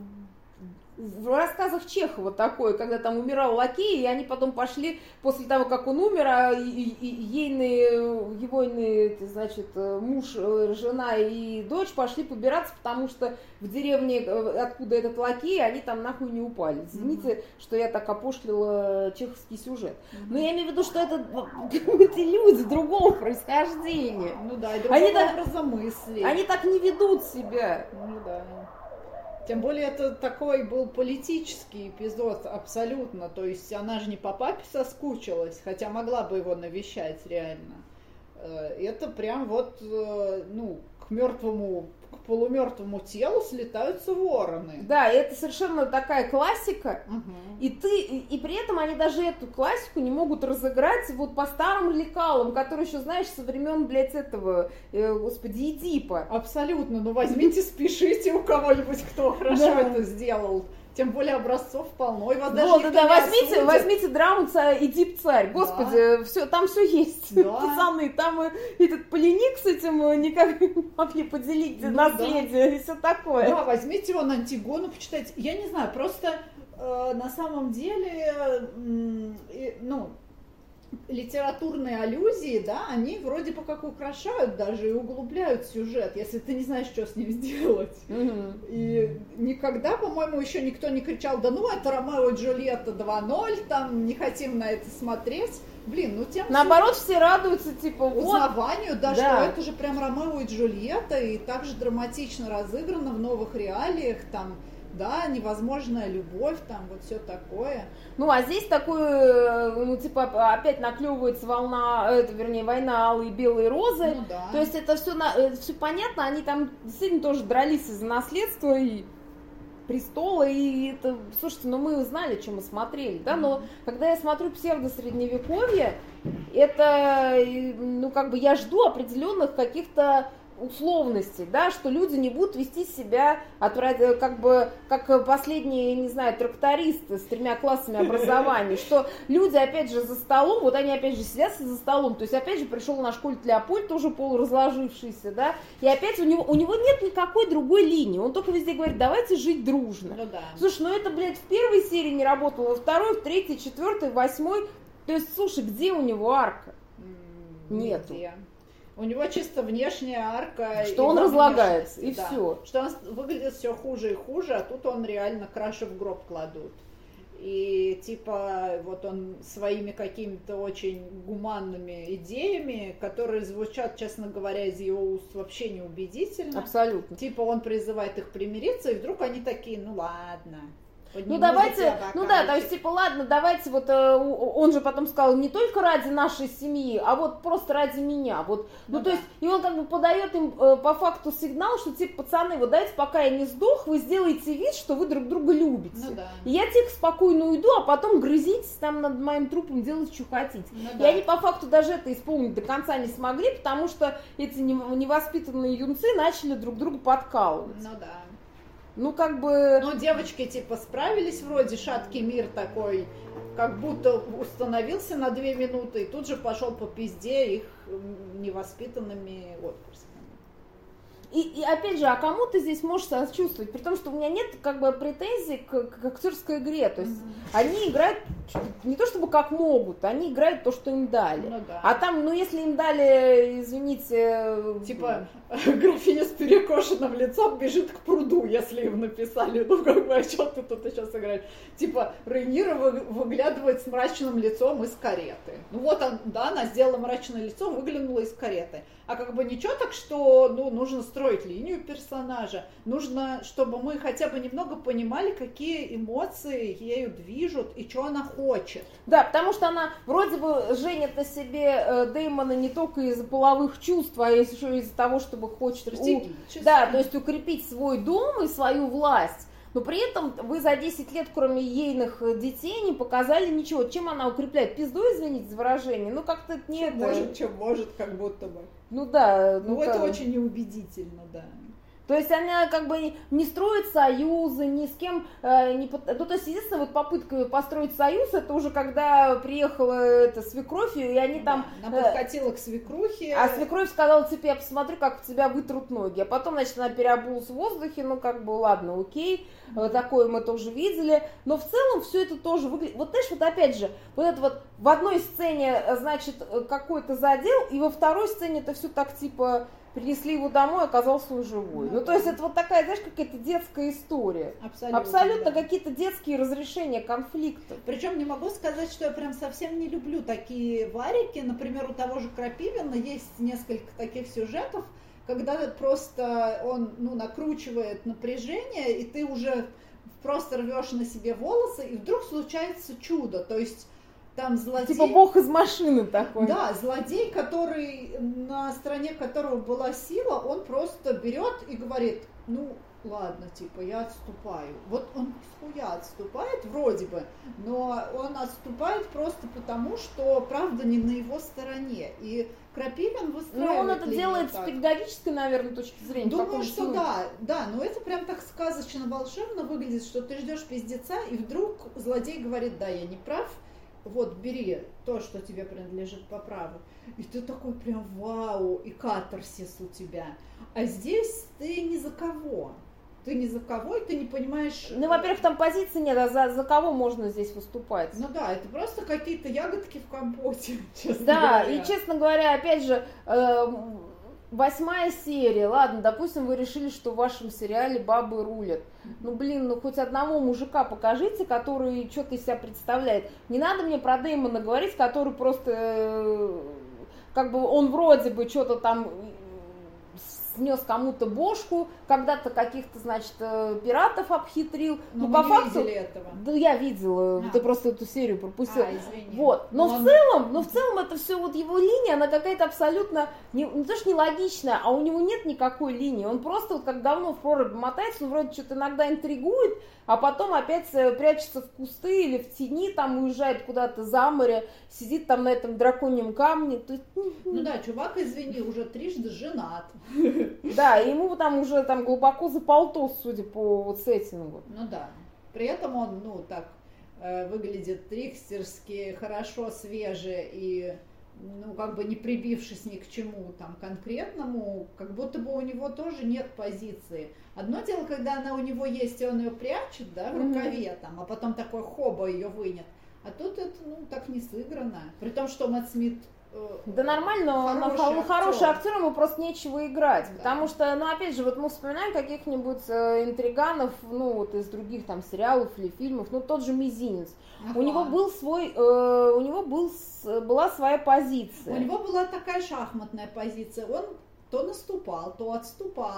В рассказах Чехова такое, когда там умирал лакей, и они потом пошли, после того, как он умер, а ейные, его, значит, муж, жена и дочь пошли побираться, потому что в деревне, откуда этот лакей, они там нахуй не упали. Извините, mm-hmm. что я так опошлила чеховский сюжет. Mm-hmm. Но я имею в виду, что это эти люди другого происхождения. Ну да, и другого образа мысли. Они так не ведут себя. Ну да. Тем более это такой был политический эпизод абсолютно, то есть она же не по папе соскучилась, хотя могла бы его навещать реально. Это прям вот, ну, к мертвому, к полумертвому телу слетаются вороны. Да, и это совершенно такая классика, угу. и ты, и, и при этом они даже эту классику не могут разыграть вот по старым лекалам, которые еще, знаешь, со времен, блядь, этого, э, господи, Эдипа. Абсолютно, ну возьмите, спишите у кого-нибудь, кто хорошо да. это сделал. Тем более образцов полно, и вас даже вот, да, возьмите, возьмите драму «Эдип царь», господи, да. все, там все есть, да. пацаны, там этот Полиник с этим никак не могли поделить ну, наследие да. и все такое. Да, возьмите его на Антигону, почитайте, я не знаю, просто э, на самом деле, э, ну, литературные аллюзии, да, они вроде бы как украшают даже и углубляют сюжет, если ты не знаешь, что с ним сделать. Mm-hmm. И никогда, по-моему, еще никто не кричал, да ну, это Ромео и Джульетта два ноль, там, не хотим на это смотреть. Блин, ну тем... Наоборот, все, все радуются, типа, узнаванию, вот. да, да, что это же прям Ромео и Джульетта, и также драматично разыграно в новых реалиях, там, да, невозможная любовь, там, вот все такое. Ну, а здесь такое, ну, типа, опять наклевывается волна, это, вернее, война алые и белые розы. Ну, да. То есть это все, все понятно, они там действительно тоже дрались из-за наследства и престола, и это, слушайте, ну мы знали, что мы смотрели, да, но когда я смотрю псевдосредневековье, это, ну, как бы я жду определенных каких-то условностей, да, что люди не будут вести себя отврат... как бы как последние, не знаю, трактористы с тремя классами образования, что люди опять же за столом, вот они опять же сидят за столом, то есть опять же пришел наш культ Леопольд, тоже полуразложившийся, да, и опять у него, у него нет никакой другой линии, он только везде говорит, давайте жить дружно. Ну, да. Слушай, ну это, блядь, в первой серии не работало, во второй, в третьей, четвертой, восьмой, то есть, слушай, где у него арка? Mm, Нету. Где? У него чисто внешняя арка. Что он разлагается, и да. все. Что он выглядит все хуже и хуже, а тут он реально краши в гроб кладут. И типа вот он своими какими-то очень гуманными идеями, которые звучат, честно говоря, из его уст вообще неубедительно. Абсолютно. Типа он призывает их примириться, и вдруг они такие, ну ладно. Ну давайте, ну да, то есть типа ладно, давайте вот, э, он же потом сказал, не только ради нашей семьи, а вот просто ради меня, вот, ну, ну то да. есть, и он как бы подает им э, по факту сигнал, что типа, пацаны, вот дайте, пока я не сдох, вы сделаете вид, что вы друг друга любите, ну, да. и я тихо, спокойно уйду, а потом грызитесь там над моим трупом, делайте, что хотите. Ну, и да. они по факту даже это исполнить до конца не смогли, потому что эти невоспитанные юнцы начали друг друга подкалывать. Ну да. Ну, как бы... Ну, девочки, типа, справились вроде, шаткий мир такой, как будто установился на две минуты, и тут же пошел по пизде их невоспитанными отпрысками. И, и опять же, а кому ты здесь можешь сочувствовать? При том, что у меня нет как бы претензий к, к актерской игре. То есть mm-hmm. они играют не то чтобы как могут, они играют то, что им дали. Ну, да. А там, ну если им дали, извините... Типа графиня с перекошенным лицом бежит к пруду, если им написали. Ну как бы, а что ты тут сейчас играешь? Типа Рейнира вы, выглядывает с мрачным лицом из кареты. Ну вот, он, да, она сделала мрачное лицо, выглянула из кареты. А как бы ничего так, что ну, нужно строить линию персонажа, нужно, чтобы мы хотя бы немного понимали, какие эмоции ею движут и что она хочет. Да, потому что она вроде бы женит на себе э, Дэймона не только из-за половых чувств, а еще из-за того, чтобы хочет у... да, то есть укрепить свой дом и свою власть. Но при этом вы за десять лет, кроме ейных детей, не показали ничего. Чем она укрепляет? Пизду, извините за выражение. Ну, как-то это не... Чем может, чем может, как будто бы. Ну да. Ну, ну это очень неубедительно, да. То есть она как бы не строит союзы, ни с кем э, не... Ну, то есть, единственная вот попытка построить союз, это уже когда приехала эта свекровь, и они там... Да, она подкатила э, к свекрухе. А свекровь сказала, типа, я посмотрю, как у тебя вытрут ноги. А потом, значит, она переобулась в воздухе, ну, как бы, ладно, окей, mm-hmm. такое мы тоже видели. Но в целом все это тоже выглядит... Вот, знаешь, вот опять же, вот это вот в одной сцене, значит, какой-то задел, и во второй сцене это все так, типа... Принесли его домой, оказался он живой. Ну, ну то есть это вот такая, знаешь, какая-то детская история. Абсолютно. Абсолютно да. Какие-то детские разрешения конфликтов. Причем не могу сказать, что я прям совсем не люблю такие варики. Например, у того же Крапивина есть несколько таких сюжетов, когда просто он ну, накручивает напряжение, и ты уже просто рвешь на себе волосы, и вдруг случается чудо. То есть там злодей... Типа бог из машины такой. Да, злодей, который, на стороне которого была сила, он просто берет и говорит, ну, ладно, типа, я отступаю. Вот он схуя отступает, вроде бы, но он отступает просто потому, что правда не на его стороне. И Крапивин выстраивает... Ну, он это делает так. С педагогической, наверное, точки зрения. Думаю, что смысле. да, да, но это прям так сказочно, волшебно выглядит, что ты ждешь пиздеца, и вдруг злодей говорит, да, я не прав, вот, бери то, что тебе принадлежит по праву. И ты такой прям вау, и катарсис у тебя. А здесь ты ни за кого. Ты ни за кого, и ты не понимаешь... Ну, во-первых, там позиции нет, а за, за кого можно здесь выступать? Ну да, это просто какие-то ягодки в компоте, честно да, говоря. Да, и, честно говоря, опять же... Э, Восьмая серия, ладно, допустим, вы решили, что в вашем сериале бабы рулят. Ну, блин, ну хоть одного мужика покажите, который что-то из себя представляет. Не надо мне про Дэймона говорить, который просто, э, как бы, он вроде бы что-то там снес кому-то бошку, когда-то каких-то, значит, пиратов обхитрил. Но ну, по факту, этого. Да, я видела, а. Ты просто эту серию пропустил. А, извини. Вот. Но, но в он... целом, но в целом это все вот его линия, она какая-то абсолютно не, не то что нелогичная, а у него нет никакой линии. Он просто вот как давно в проруби мотается, он вроде что-то иногда интригует, а потом опять прячется в кусты или в тени, там уезжает куда-то за море, сидит там на этом драконьем камне. То есть... Ну да, чувак, извини, уже трижды женат. Да, и ему там уже там глубоко за полтос, судя по вот сеттингу. Ну да. При этом он, ну, так э, выглядит трикстерски, хорошо, свеже и, ну, как бы не прибившись ни к чему там конкретному, как будто бы у него тоже нет позиции. Одно дело, когда она у него есть, и он ее прячет, да, в рукаве mm-hmm. там, а потом такой хоба ее вынет. А тут это, ну, так не сыграно. При том, что Мэтт Смит Да нормально, хороший, он актер. хороший актер, ему просто нечего играть, да. Потому что, ну, опять же, вот мы вспоминаем каких-нибудь э, интриганов, ну, вот из других там сериалов или фильмов, ну, тот же Мизинец. Ага. У него был свой, э, у него был, была своя позиция. У него была такая шахматная позиция, он то наступал, то отступал.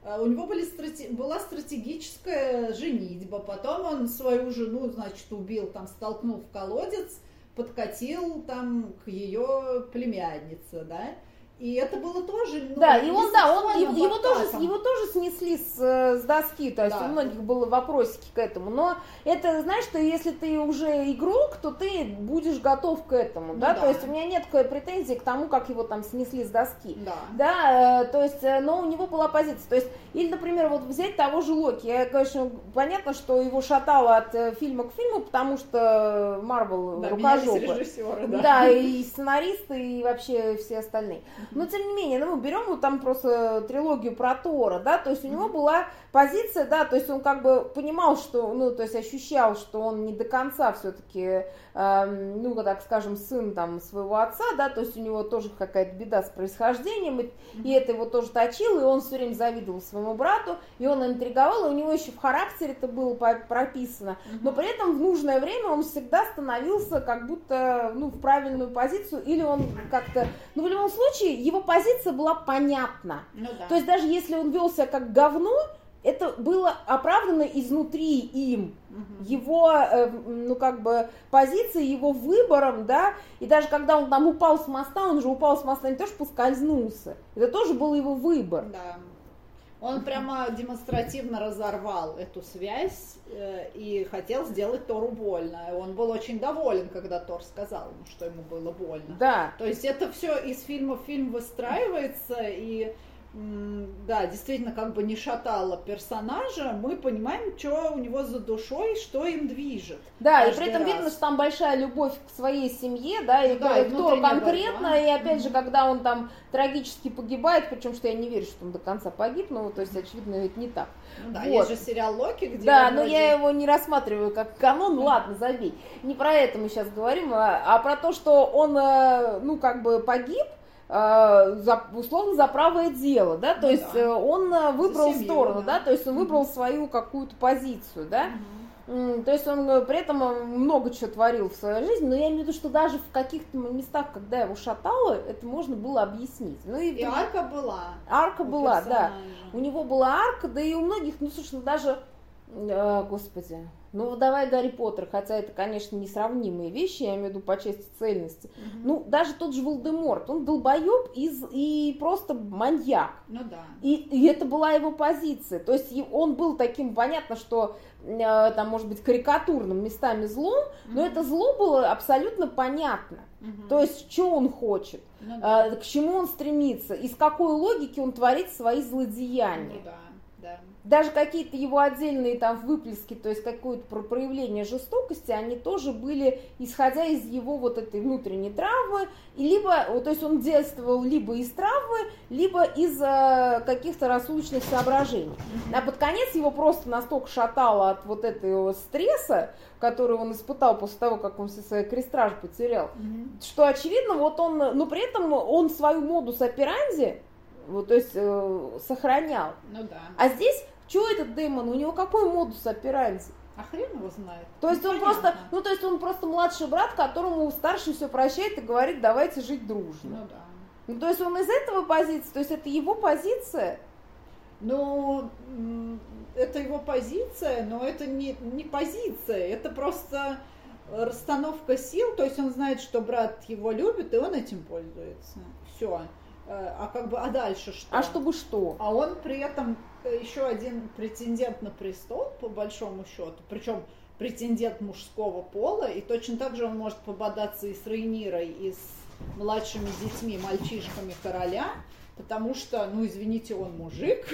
у него были страте... была стратегическая женитьба, потом он свою жену, значит, убил, там, столкнул в колодец, подкатил там к ее племяннице, да, и это было тоже, ну, да, и он, да, он, его, его, тоже, подкатом. его тоже снесли с, с доски, то есть Да. у многих было вопросики к этому, но это, знаешь, что если ты уже игрок, то ты будешь готов к этому, Ну да? да. То есть у меня нет такой претензии к тому, как его там снесли с доски, Да. да, э, то есть, э, но у него была позиция, то есть, или, например, вот взять того же Локи, я, конечно, понятно, что его шатало от э, фильма к фильму, потому что Марвел Да, рукожопы. менялись режиссеры, да. Да, и сценаристы, и вообще все остальные. Но, тем не менее, ну, мы берем вот там просто трилогию про Тора, да, то есть у него была позиция, да, то есть он как бы понимал, что, ну, то есть ощущал, что он не до конца все-таки, э, ну, так скажем, сын там своего отца, да, то есть у него тоже какая-то беда с происхождением, и, и это его тоже точило, и он все время завидовал своему брату, и он интриговал, и у него еще в характере это было прописано, но при этом в нужное время он всегда становился как будто, ну, в правильную позицию, или он как-то, ну, в любом случае, его позиция была понятна. Ну, да. То есть даже если он вел себя как говно, это было оправдано изнутри им, Мгм. его, э, ну, как бы, позицией, его выбором, да, и даже когда он там упал с моста, он же упал с моста не то, что поскользнулся, это тоже был его выбор. Да. Он прямо демонстративно разорвал эту связь э, и хотел сделать Тору больно. Он был очень доволен, когда Тор сказал ему, что ему было больно. Да. То есть это все из фильма в фильм выстраивается, и м, да, действительно, как бы не шатало персонажа, мы понимаем, что у него за душой, что им движет. Да, и каждый при этом раз. видно, что там большая любовь к своей семье, да, и Да, и кто внутренняя конкретно, борьба. и опять же, когда он там трагически погибает, причем что я не верю, что он до конца погиб, ну, то есть, очевидно, ведь не так. Ну да, Вот. есть же сериал Локи, где Да, он но вроде- я его не рассматриваю как канон, ладно, забей. Не про это мы сейчас говорим, а, а про то, что он, э, ну, как бы погиб, э, за, условно, за правое дело, да, то Ну есть да. э, он э, выбрал семью, сторону, да. да, то есть он выбрал свою какую-то позицию, да. Мгм. М, То есть он э, при этом э, много чего творил в своей жизни, но я имею в виду, что даже в каких-то местах, когда его шатало, это можно было объяснить. Ну и, И арка была. арка у была, да. персонажа. У него была арка, да и у многих, ну слушай, ну даже, э, господи, ну давай Гарри Поттер, хотя это, конечно, несравнимые вещи, я имею в виду по части цельности. Мгм. Ну даже тот же Волдеморт, он долбоеб из, и просто маньяк. Ну да. И, и это была его позиция. То есть и он был таким, понятно, что э, там, может быть, карикатурным местами злом, но Мгм. это зло было абсолютно понятно. Мгм. То есть, что он хочет, Ну да. э, к чему он стремится, из какой логики он творит свои злодеяния. Ну да, да. Даже какие-то его отдельные там выплески, то есть какое-то про- проявление жестокости, они тоже были, исходя из его вот этой внутренней травмы, и либо, вот, то есть он действовал либо из травмы, либо из э, каких-то рассудочных соображений. А под конец его просто настолько шатало от вот этого стресса, который он испытал после того, как он все свои крестраж потерял, Мгм. что очевидно, вот он, но при этом он свою модус операнди, вот, то есть э, сохранял. Ну да. А здесь, что этот Дэймон, у него какой модус операнди? А хрен его знает. То есть Ну, он понятно. просто, ну то есть он просто младший брат, которому старший все прощает и говорит, давайте жить дружно. Ну да. Ну то есть он из этого позиции, то есть это его позиция. Ну, м, это его позиция, но это не, не позиция, это просто расстановка сил, то есть он знает, что брат его любит, и он этим пользуется. Все. А как бы, а дальше что? А чтобы что? А он при этом еще один претендент на престол, по большому счету, причем претендент мужского пола, и точно так же он может пободаться и с Рейнирой, и с младшими детьми, мальчишками короля, потому что, ну, извините, он мужик,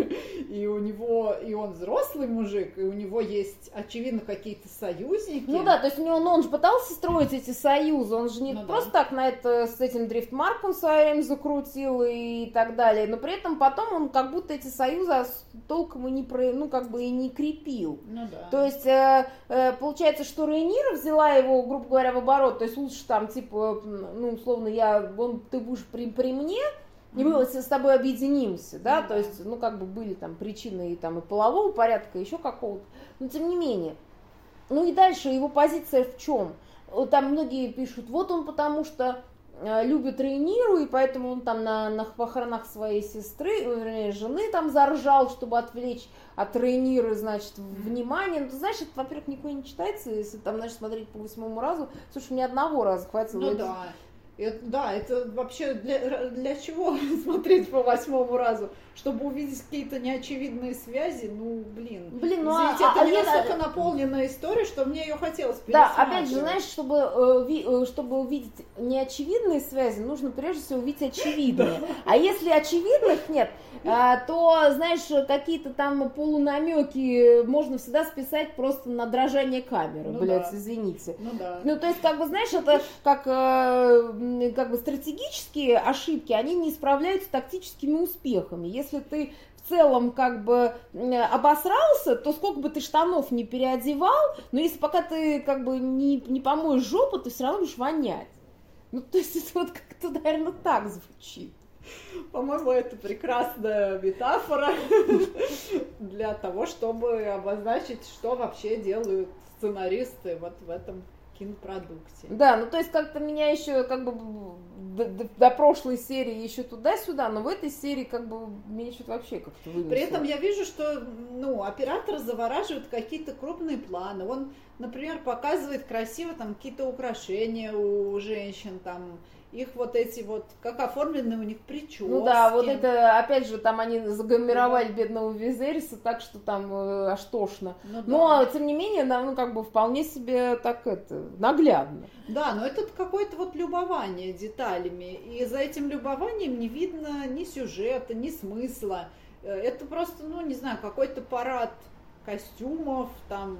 и у него, и он взрослый мужик, и у него есть, очевидно, какие-то союзники. Ну да, то есть у него, ну, он же пытался строить эти союзы, он же не Ну просто да. так на это с этим дрифтмарком в свое время закрутил и так далее, но при этом потом он как будто эти союзы толком и не, про, ну, как бы и не крепил. Ну да. То есть э, э, получается, что Рейнира взяла его, грубо говоря, в оборот, то есть лучше там, типа, ну, условно, я, он, ты будешь при, при мне, и мы вот с тобой объединимся, да, Ну то да. есть, ну, как бы были там причины и там и полового порядка, и еще какого-то, но тем не менее. Ну и дальше его позиция в чем? Там многие пишут, вот он потому что любит Рейниру, и поэтому он там на, на похоронах своей сестры, вернее, жены там заржал, чтобы отвлечь от Рейниры, значит, внимание. Ну, ты знаешь, это, во-первых, никуда не читается, если там, значит, смотреть по восьмому разу. Слушай, мне одного раза хватило. Ну да. Это, да, это вообще для, для чего смотреть по восьмому разу? Чтобы увидеть какие-то неочевидные связи, ну, блин. Блин, ну, извините, а, это а, не а, настолько а, наполненная история, что мне ее хотелось пересматривать. Да, опять же, знаешь, чтобы, э, чтобы увидеть неочевидные связи, нужно прежде всего увидеть очевидные. А если очевидных нет, то, знаешь, какие-то там полунамеки можно всегда списать просто на дрожание камеры, ну, блядь, да. Извините. Ну, да. Ну, то есть, как бы, знаешь, это как, как бы стратегические ошибки, они не справляются тактическими успехами. Если ты в целом как бы обосрался, то сколько бы ты штанов не переодевал, но если пока ты как бы не, не помоешь жопу, ты все равно будешь вонять. Ну, то есть, это вот как-то, наверное, так звучит. По-моему, это прекрасная метафора для того, чтобы обозначить, что вообще делают сценаристы вот в этом кинопродукте. Да, ну то есть как-то меня еще как бы до, до, до прошлой серии еще туда-сюда, но в этой серии как бы меня что-то вообще как-то вынесло. При этом я вижу, что ну, оператор завораживает какие-то крупные планы. Он, например, показывает красиво там какие-то украшения у женщин, там их вот эти вот, как оформлены у них прически. Ну да, вот это, опять же, там они загримировали да. бедного Визериса так, что там э, аж тошно. Ну, да. Но, тем не менее, да, ну, как бы вполне себе так это, наглядно. Да, но это какое-то вот любование деталями, и за этим любованием не видно ни сюжета, ни смысла. Это просто, ну, не знаю, какой-то парад костюмов, там,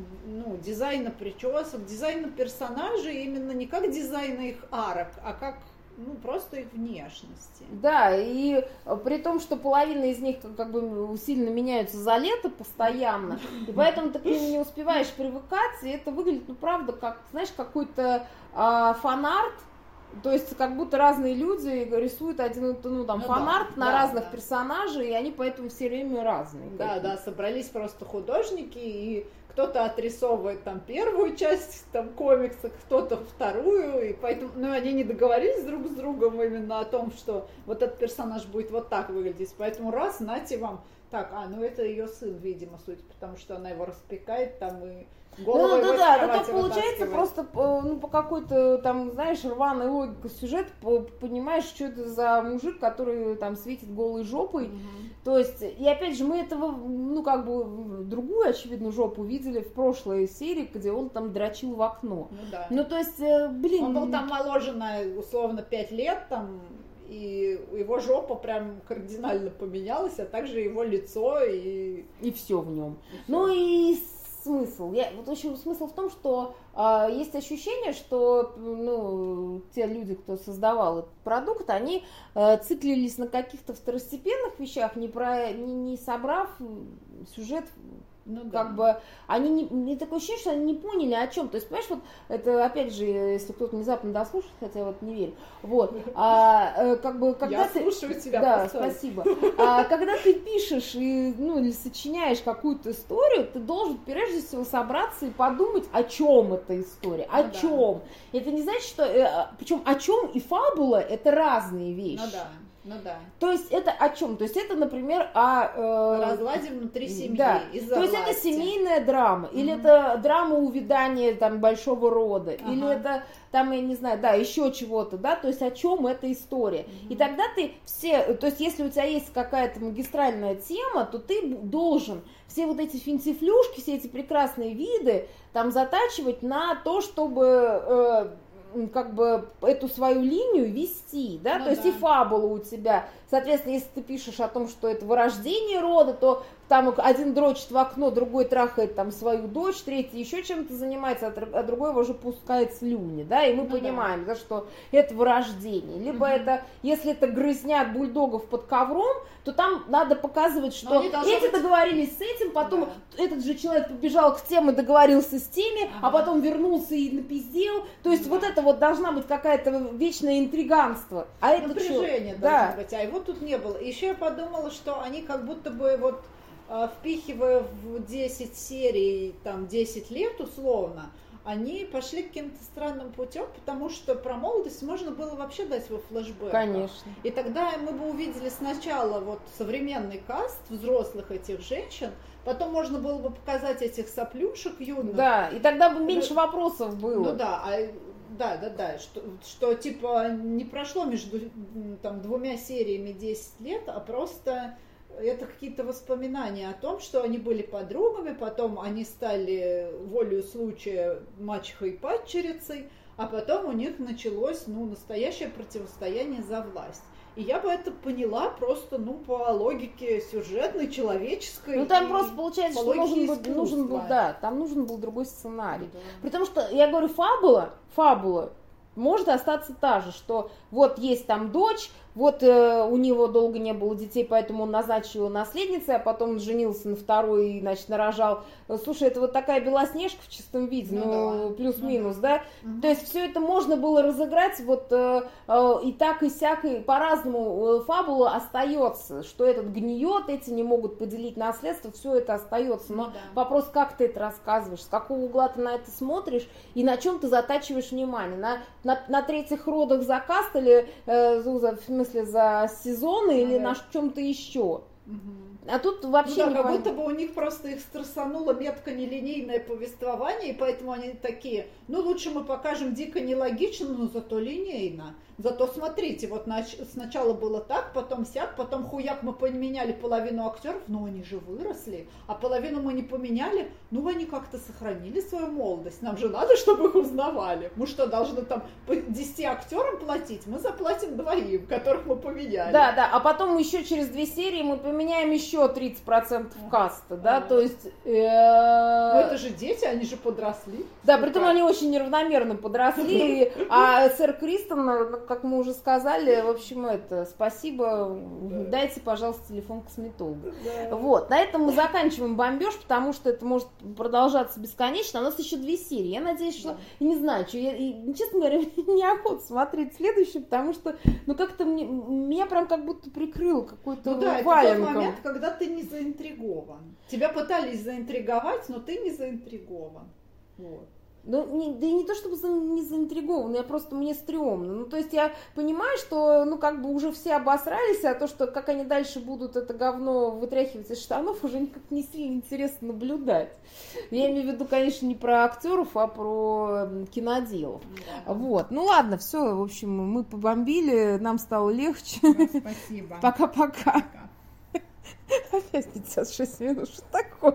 ну, дизайна причесок, дизайна персонажей, именно не как дизайна их арок, а как, ну, просто их внешности. Да, и при том, что половина из них как бы сильно меняются за лето постоянно, и поэтому ты к ним не успеваешь привыкать, и это выглядит, ну, правда, как, знаешь, какой-то а, фан-арт. То есть как будто разные люди рисуют один, ну там, ну, фан-арт да, на да, разных да. персонажей, и они поэтому все время разные. Да, какие-то. Да, собрались просто художники, и кто-то отрисовывает там первую часть там комикса, кто-то вторую, и поэтому, ну, они не договорились друг с другом именно о том, что вот этот персонаж будет вот так выглядеть, поэтому раз, нате вам, так, а, ну это ее сын, видимо, судя, потому что она его распекает там и голову ну, его да, да, да, то получается просто, ну, по какой-то там, знаешь, рваной логике сюжета понимаешь, что это за мужик, который там светит голой жопой, mm-hmm. то есть, и опять же, мы этого, ну, как бы, другую, очевидно, жопу видели в прошлой серии, где он там дрочил в окно. Ну, да. Ну, то есть, блин... Он был там моложе на, условно, пять лет, там, и его жопа прям кардинально поменялась, а также его лицо и... И все в нем. И ну, и... Смысл. Я, вот, в общем, смысл в том, что э, есть ощущение, что ну, те люди, кто создавал этот продукт, они э, циклились на каких-то второстепенных вещах, не, про, не, не собрав сюжет. Ну, как да. бы, они не, не такое ощущение, что они не поняли о чем. То есть, понимаешь, вот это, опять же, если кто-то внезапно дослушает, хотя вот не верю, вот, а, как бы, когда я ты... слушаю тебя, да, постой. Спасибо. А, когда ты пишешь и, ну, или сочиняешь какую-то историю, ты должен прежде всего собраться и подумать, о чем эта история, о ну, чем. Да. Это не значит, что, причем о чем и фабула, это разные вещи. Ну да. Ну да. То есть это о чем? То есть это, например, о... Э, разладе внутри семьи. Да. Из-за То есть власти. это семейная драма, mm-hmm. или это драма увядания там большого рода, ага. или это там, я не знаю, да, еще чего-то, да, то есть о чем эта история. Mm-hmm. И тогда ты все, то есть если у тебя есть какая-то магистральная тема, то ты должен все вот эти финтифлюшки, все эти прекрасные виды там затачивать на то, чтобы... Э, как бы эту свою линию вести, да, ну, то есть да. и фабула у тебя, соответственно, если ты пишешь о том, что это вырождение рода, то там один дрочит в окно, другой трахает там свою дочь, третий еще чем-то занимается, а другой его уже пускает слюни, да, и мы ну, понимаем, да. Да, что это вырождение, либо угу. это, если это грызня бульдогов под ковром, то там надо показывать, что эти быть... договорились с этим, потом да. этот же человек побежал к тем и договорился с теми, ага. а потом вернулся и напиздел, то есть да. вот это вот должна быть какая-то вечное интриганство, а это напряжение что? должно Да. быть, а его тут не было. Еще я подумала, что они как будто бы вот впихивая в десять серий, там, десять лет условно, они пошли каким-то странным путем, потому что про молодость можно было вообще дать во флешбэках. Конечно. И тогда мы бы увидели сначала вот современный каст взрослых этих женщин, потом можно было бы показать этих соплюшек юных. Да, и тогда бы меньше ну, вопросов было. Ну да, а, да, да, да, что, что типа не прошло между там, двумя сериями десять лет, а просто... Это какие-то воспоминания о том, что они были подругами, потом они стали волею случая мачехой и падчерицей, а потом у них началось ну, настоящее противостояние за власть. И я бы это поняла просто ну, по логике сюжетной, человеческой. Ну там просто получается, что нужен был, нужен был, да, там нужен был другой сценарий. Да. Потому что, я говорю, фабула, фабула может остаться та же, что вот есть там дочь, вот э, у него долго не было детей, поэтому он назначил его наследницей, а потом он женился на второй и, значит, нарожал. Слушай, это вот такая Белоснежка в чистом виде, ну, ну да. плюс-минус, ну, да? Угу. То есть все это можно было разыграть вот э, э, и так, и сяк, и по-разному. Фабула остается, что этот гниет, эти не могут поделить наследство, все это остается. Но ну, да. вопрос, как ты это рассказываешь, с какого угла ты на это смотришь и на чем ты затачиваешь внимание. На, на, на третьих родах за каст или э, в смысле за сезоны ну, или да. на чем-то еще. Угу. А тут вообще ну, не да, как пон... будто бы у них просто их стрессануло метко нелинейное повествование, и поэтому они такие, ну лучше мы покажем дико нелогично, но зато линейно. Зато смотрите, вот нач... сначала было так, потом сяк, потом хуяк мы поменяли половину актеров, но они же выросли, а половину мы не поменяли, ну они как-то сохранили свою молодость. Нам же надо, чтобы их узнавали. Мы что, должны там по десяти актерам платить? Мы заплатим двоим, которых мы поменяли. Да, да, а потом еще через две серии мы поменяем еще тридцать процентов каста, да, то есть... Ну это же дети, они же подросли. Да, притом они очень неравномерно подросли, а сэр Кристен, как мы уже сказали, в общем, это, спасибо, да. дайте, пожалуйста, телефон косметолога. Да. Вот, на этом мы заканчиваем бомбеж, потому что это может продолжаться бесконечно. У нас еще две серии. Я надеюсь, что, да. я не знаю, что я, и, честно говоря, неохота смотреть следующий, потому что, ну, как-то мне, меня прям как будто прикрыл какой-то ну, да, валенком. Это тот момент, когда ты не заинтригован. Тебя пытались заинтриговать, но ты не заинтригован. Вот. Ну, не, да и не то, чтобы за, не заинтригован, я просто, мне стрёмно. Ну, то есть я понимаю, что, ну, как бы уже все обосрались, а то, что как они дальше будут это говно вытряхивать из штанов, уже никак не сильно интересно наблюдать. Я имею в виду, конечно, не про актеров, а про киноделов. Да. Вот. Ну, ладно, все, в общем, мы побомбили, нам стало легче. Ну, спасибо. Пока-пока. Опять пятьдесят шесть минут, что такое?